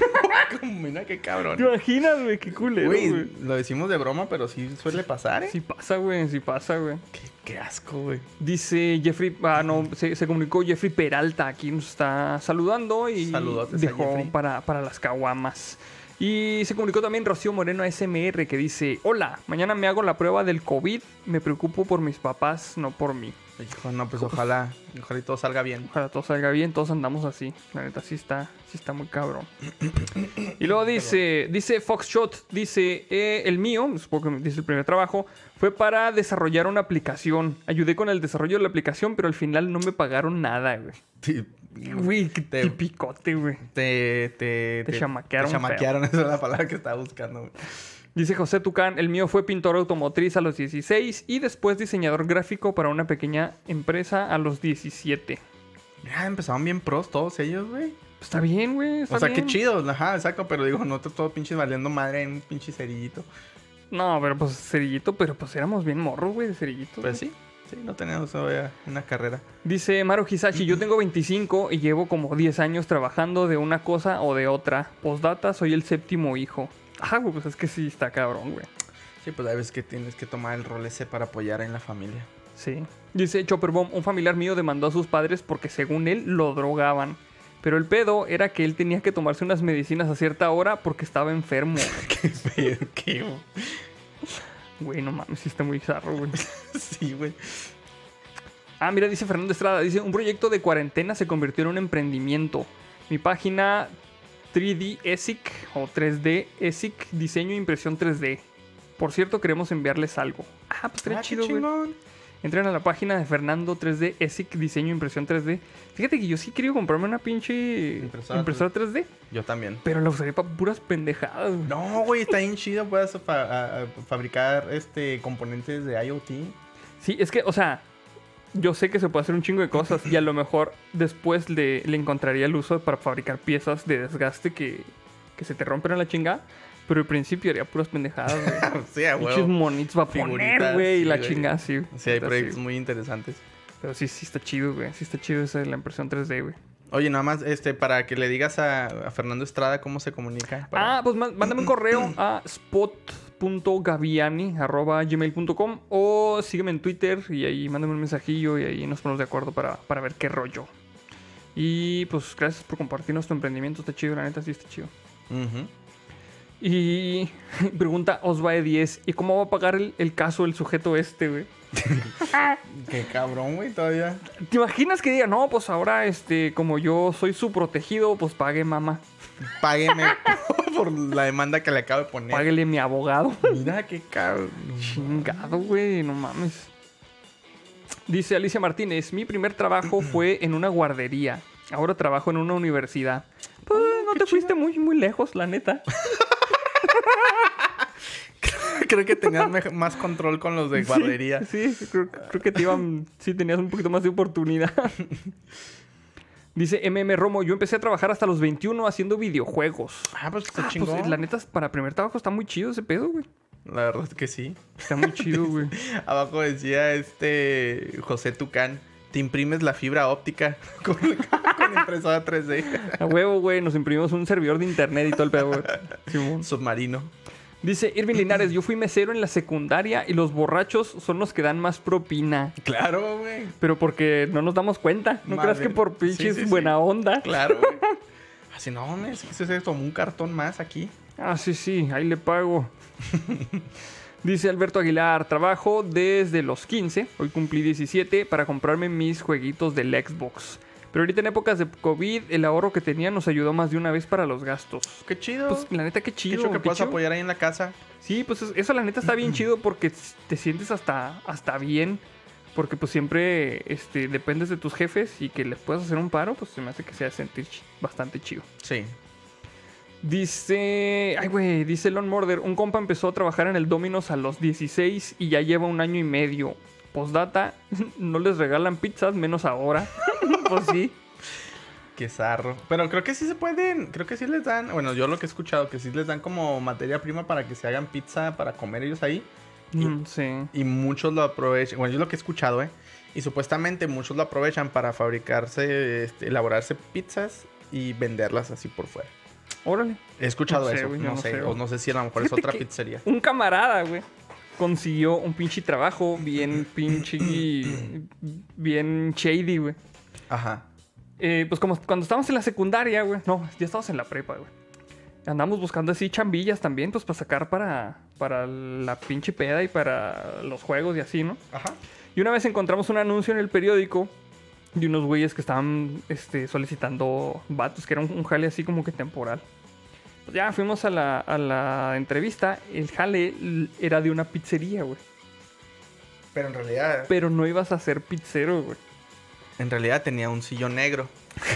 Mira qué cabrón. ¿Te imaginas, güey? Qué culero, Güey, güey. lo decimos de broma, pero sí suele pasar, ¿eh? Sí pasa, güey. Sí pasa, güey. Qué asco, güey. Dice Jeffrey... Ah, no. Se comunicó Jeffrey Peralta. Aquí nos está saludando y Saludotes a dejó Jeffrey. para las caguamas. Y se comunicó también Rocío Moreno ASMR que dice: hola, mañana me hago la prueba del COVID. Me preocupo por mis papás, no por mí. Hijo, no, pues ojalá y todo salga bien. Ojalá todo salga bien, todos andamos así. La neta sí está muy cabrón. Y luego dice Foxshot, dice, el mío, supongo que dice el primer trabajo, fue para desarrollar una aplicación. Ayudé con el desarrollo de la aplicación, pero al final no me pagaron nada, güey. Sí, Güey, qué tipicote, güey. Te chamaquearon Te chamaquearon, esa es la palabra que estaba buscando, güey. Dice José Tucán, el mío fue pintor automotriz a los 16 y después diseñador gráfico para una pequeña empresa a los 17. Mira, empezaron bien pros todos ellos, güey. Está bien, güey. O sea, bien. qué chido, ajá, exacto, pero digo, no todo pinche valiendo madre en un pinche cerillito. No, pero pues cerillito, pero pues éramos bien morros, güey, de cerillito. Pues sí, no tenemos todavía una carrera. Dice Maru Hisashi, yo tengo 25 y llevo como 10 años trabajando de una cosa o de otra. Postdata, soy el 7º hijo. Ah, güey, pues es que sí está cabrón, güey. Sí, pues hay veces que tienes que tomar el rol ese para apoyar en la familia. Sí. Dice Chopperbomb, un familiar mío demandó a sus padres porque según él lo drogaban. Pero el pedo era que él tenía que tomarse unas medicinas a cierta hora porque estaba enfermo. Qué feo, qué... Güey, no mames, sí está muy bizarro, güey. Sí, güey. Ah, mira, dice Fernando Estrada, dice, un proyecto de cuarentena se convirtió en un emprendimiento. Mi página 3D ESIC o 3D ESIC, diseño e impresión 3D. Por cierto, queremos enviarles algo. Ah, pues estaría chido, güey. Entren a la página de Fernando 3D ESIC, diseño e impresión 3D. Fíjate que yo sí quería comprarme una pinche impresora 3D. Yo también. Pero la usaría para puras pendejadas, güey. No, güey, está bien chido. Puedes fabricar componentes de IoT. Sí, es que, o sea, yo sé que se puede hacer un chingo de cosas y a lo mejor después le encontraría el uso para fabricar piezas de desgaste que se te rompen a la chingada. Pero al principio haría puras pendejadas, güey. Sí, a Muchos huevo. monitos va a poner, güey, y la güey. chingada, sí. Sí, hay Está proyectos así. muy interesantes. Pero sí está chido, güey. Sí está chido esa de la impresión 3D, güey. Oye, nada más, para que le digas a Fernando Estrada cómo se comunica. Ah, pues mándame un correo a spot.gaviani@gmail.com o sígueme en Twitter y ahí mándame un mensajillo y ahí nos ponemos de acuerdo para ver qué rollo. Y pues gracias por compartirnos tu emprendimiento. Está chido, la neta, sí está chido. Ujú. Y pregunta Osvae 10, ¿y cómo va a pagar el caso el sujeto este, güey? Qué cabrón, güey, todavía. ¿Te imaginas que diga, no, pues ahora, como yo soy su protegido, pues pague, mamá? Págueme por la demanda que le acabo de poner. Páguele mi abogado. Mira qué cabrón. Chingado, güey, no mames. Dice Alicia Martínez, mi primer trabajo fue en una guardería. Ahora trabajo en una universidad. Pues no te fuiste muy, muy lejos, la neta. Creo que tenías más control con los de guardería. Sí, creo que sí tenías un poquito más de oportunidad. Dice Romo, yo empecé a trabajar hasta los 21 haciendo videojuegos. Ah, pues está chingón. Pues, la neta, para primer trabajo está muy chido ese pedo, güey. La verdad es que sí. Está muy chido, güey. Abajo decía José Tucán, te imprimes la fibra óptica con impresora 3D. A huevo, güey, nos imprimimos un servidor de internet y todo el pedo, güey. Simón. Submarino. Dice Irving Linares, yo fui mesero en la secundaria y los borrachos son los que dan más propina. Claro, güey. Pero porque no nos damos cuenta. No Más creas que bien. por pinches Sí. buena onda. Claro, güey. Así no, es que se tomó un cartón más aquí. Ah, sí, ahí le pago. Dice Alberto Aguilar, trabajo desde los 15, hoy cumplí 17, para comprarme mis jueguitos del Xbox. Pero ahorita en épocas de COVID, el ahorro que tenía nos ayudó más de una vez para los gastos. Qué chido. Pues la neta, qué Qué chido. chido que qué puedas chido. apoyar ahí en la casa. Sí, pues eso la neta está bien chido porque te sientes hasta bien. Porque pues siempre dependes de tus jefes y que les puedas hacer un paro, pues se me hace que sea sentir bastante chido. Sí. Dice Lon Morder, un compa empezó a trabajar en el Domino's a los 16 y ya lleva 1 año y medio. Postdata, no les regalan pizzas, menos ahora. Pues sí. Qué zarro. Pero creo que sí se pueden, creo que sí les dan, bueno, yo lo que he escuchado, que sí les dan como materia prima para que se hagan pizza para comer ellos ahí. Sí. Y muchos lo aprovechan, bueno, yo lo que he escuchado, y supuestamente muchos lo aprovechan para fabricarse, elaborarse pizzas y venderlas así por fuera. Órale. He escuchado No sé, eso. güey, yo No no sé. sé, O güey. no sé si a lo mejor Fíjate es otra que pizzería. Un camarada, güey, consiguió un pinche trabajo bien pinche... bien shady, güey. Ajá. Pues como cuando estábamos en la secundaria, güey. No, ya estábamos en la prepa, güey. Andamos buscando así chambillas también, pues para sacar para la pinche peda y para los juegos y así, ¿no? Ajá. Y una vez encontramos un anuncio en el periódico de unos güeyes que estaban solicitando vatos, que era un jale así como que temporal. Pues ya fuimos a la entrevista. El jale era de una pizzería, güey. Pero Pero no ibas a ser pizzero, güey. en realidad tenía un sillón negro.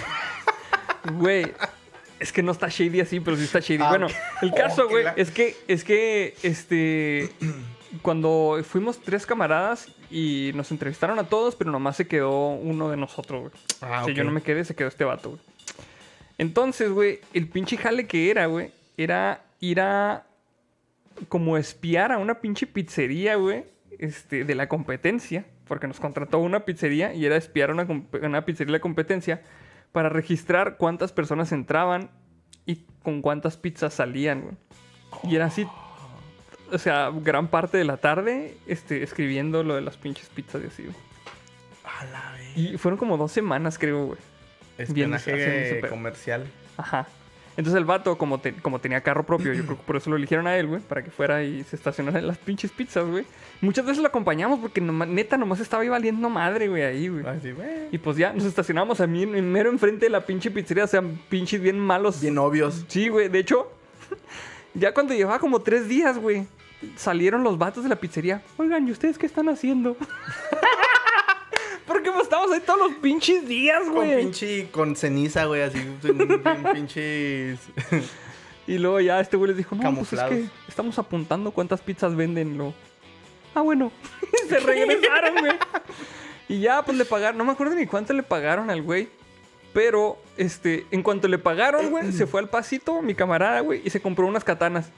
Güey, es que no está shady así, pero sí está shady. Ah, Bueno, ok. el caso, Oh, güey, que es que cuando fuimos 3 camaradas y nos entrevistaron a todos, pero nomás se quedó uno de nosotros, güey. Ah, O sea, ok. yo no me quedé, se quedó este vato, güey. Entonces, güey, el pinche jale que era, güey, era ir a como espiar a una pinche pizzería, güey, de la competencia, porque nos contrató una pizzería y era espiar a una pizzería de la competencia para registrar cuántas personas entraban y con cuántas pizzas salían, güey. Y era así, o sea, gran parte de la tarde escribiendo lo de las pinches pizzas y así, güey. A la vez. Y fueron como 2 semanas, creo, güey. haciendo ese Espionaje pedo. comercial. Ajá. Entonces el vato, como tenía carro propio, yo creo que por eso lo eligieron a él, güey, para que fuera y se estacionara en las pinches pizzas, güey. Muchas veces lo acompañamos porque neta nomás estaba ahí valiendo madre, güey, ahí, güey. Así, güey. Y pues ya nos estacionamos a mí mero enfrente de la pinche pizzería, o sea, pinches bien malos. Bien obvios. Sí, güey, de hecho, ya cuando llevaba como 3 días, güey, salieron los vatos de la pizzería. Oigan, ¿y ustedes qué están haciendo? Porque pues estamos ahí todos los pinches días, güey. Con ceniza, güey, así. Pinches. Y luego ya este güey les dijo, no, pues es Camuflados. que estamos apuntando cuántas pizzas venden. Ah, bueno. Se regresaron, güey. Y ya, pues le pagaron. No me acuerdo ni cuánto le pagaron al güey. Pero, en cuanto le pagaron, güey, se fue al pasito, mi camarada, güey, y se compró unas katanas.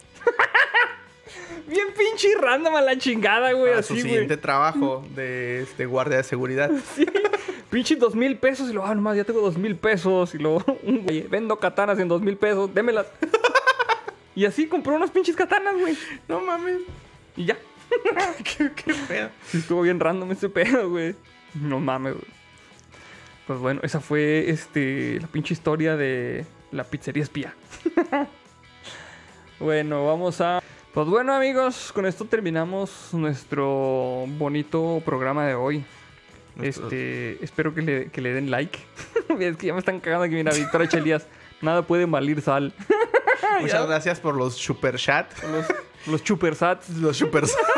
Bien pinche random a la chingada, güey, Para su así, güey. siguiente trabajo de guardia de seguridad. Sí, pinche 2,000 pesos. Y luego, nomás ya tengo 2,000 pesos. Y luego, güey, vendo katanas en 2,000 pesos, démelas. Y así compró unas pinches katanas, güey. No mames. Y ya. ¿Qué pedo? Sí, estuvo bien random ese pedo, güey. No mames, güey. Pues bueno, esa fue la pinche historia de la pizzería espía. Bueno, vamos a... Pues bueno, amigos, con esto terminamos nuestro bonito programa de hoy. Espero que le den like. Es que ya me están cagando aquí, mira, Víctor H. Elías. Nada puede malir sal. Muchas gracias por los super chat. Los chupersats. Los super sats.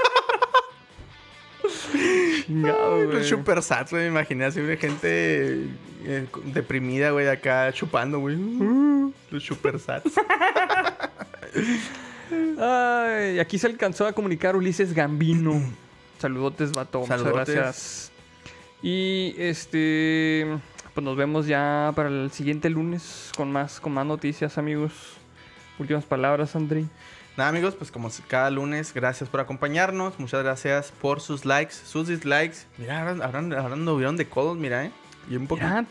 Chingado, güey. Los super sats, güey. Me imaginé así de gente deprimida, güey, acá chupando, güey. Los super sats. Ay, aquí se alcanzó a comunicar Ulises Gambino. Saludotes, vato. Muchas Saludotes. gracias. Y pues nos vemos ya para el siguiente lunes con más noticias, amigos. Últimas palabras, André. Nada, amigos, pues como cada lunes, gracias por acompañarnos. Muchas gracias por sus likes, sus dislikes. Mira, ahora anduvieron de codos, mira, Y un poco. Ya,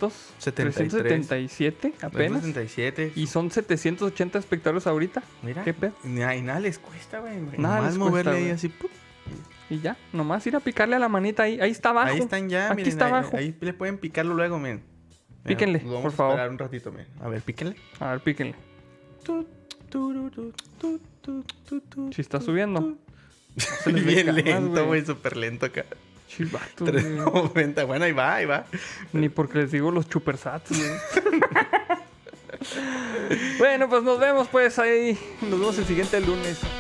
377 apenas. 77. Y son 780 espectadores ahorita. Mira. ¿Qué pedo? Y nada les cuesta, güey. Nada Nomás les moverle cuesta, ahí güey. así. ¡pup! Y ya, nomás ir a picarle a la manita ahí. Ahí está abajo. Ahí están ya, Aquí miren. está ahí, abajo. ahí le pueden picarlo luego, miren. Mira, Píquenle, lo vamos por a favor. esperar un ratito, miren. A ver, píquenle. A ver, píquenle. Si está subiendo. se les ve Bien camas, lento, güey. güey, súper lento acá. Chivato, güey. 390. Bueno, ahí va, ahí va. Ni porque les digo los chupersats, güey. Bueno, pues nos vemos, pues ahí. Nos vemos el siguiente lunes.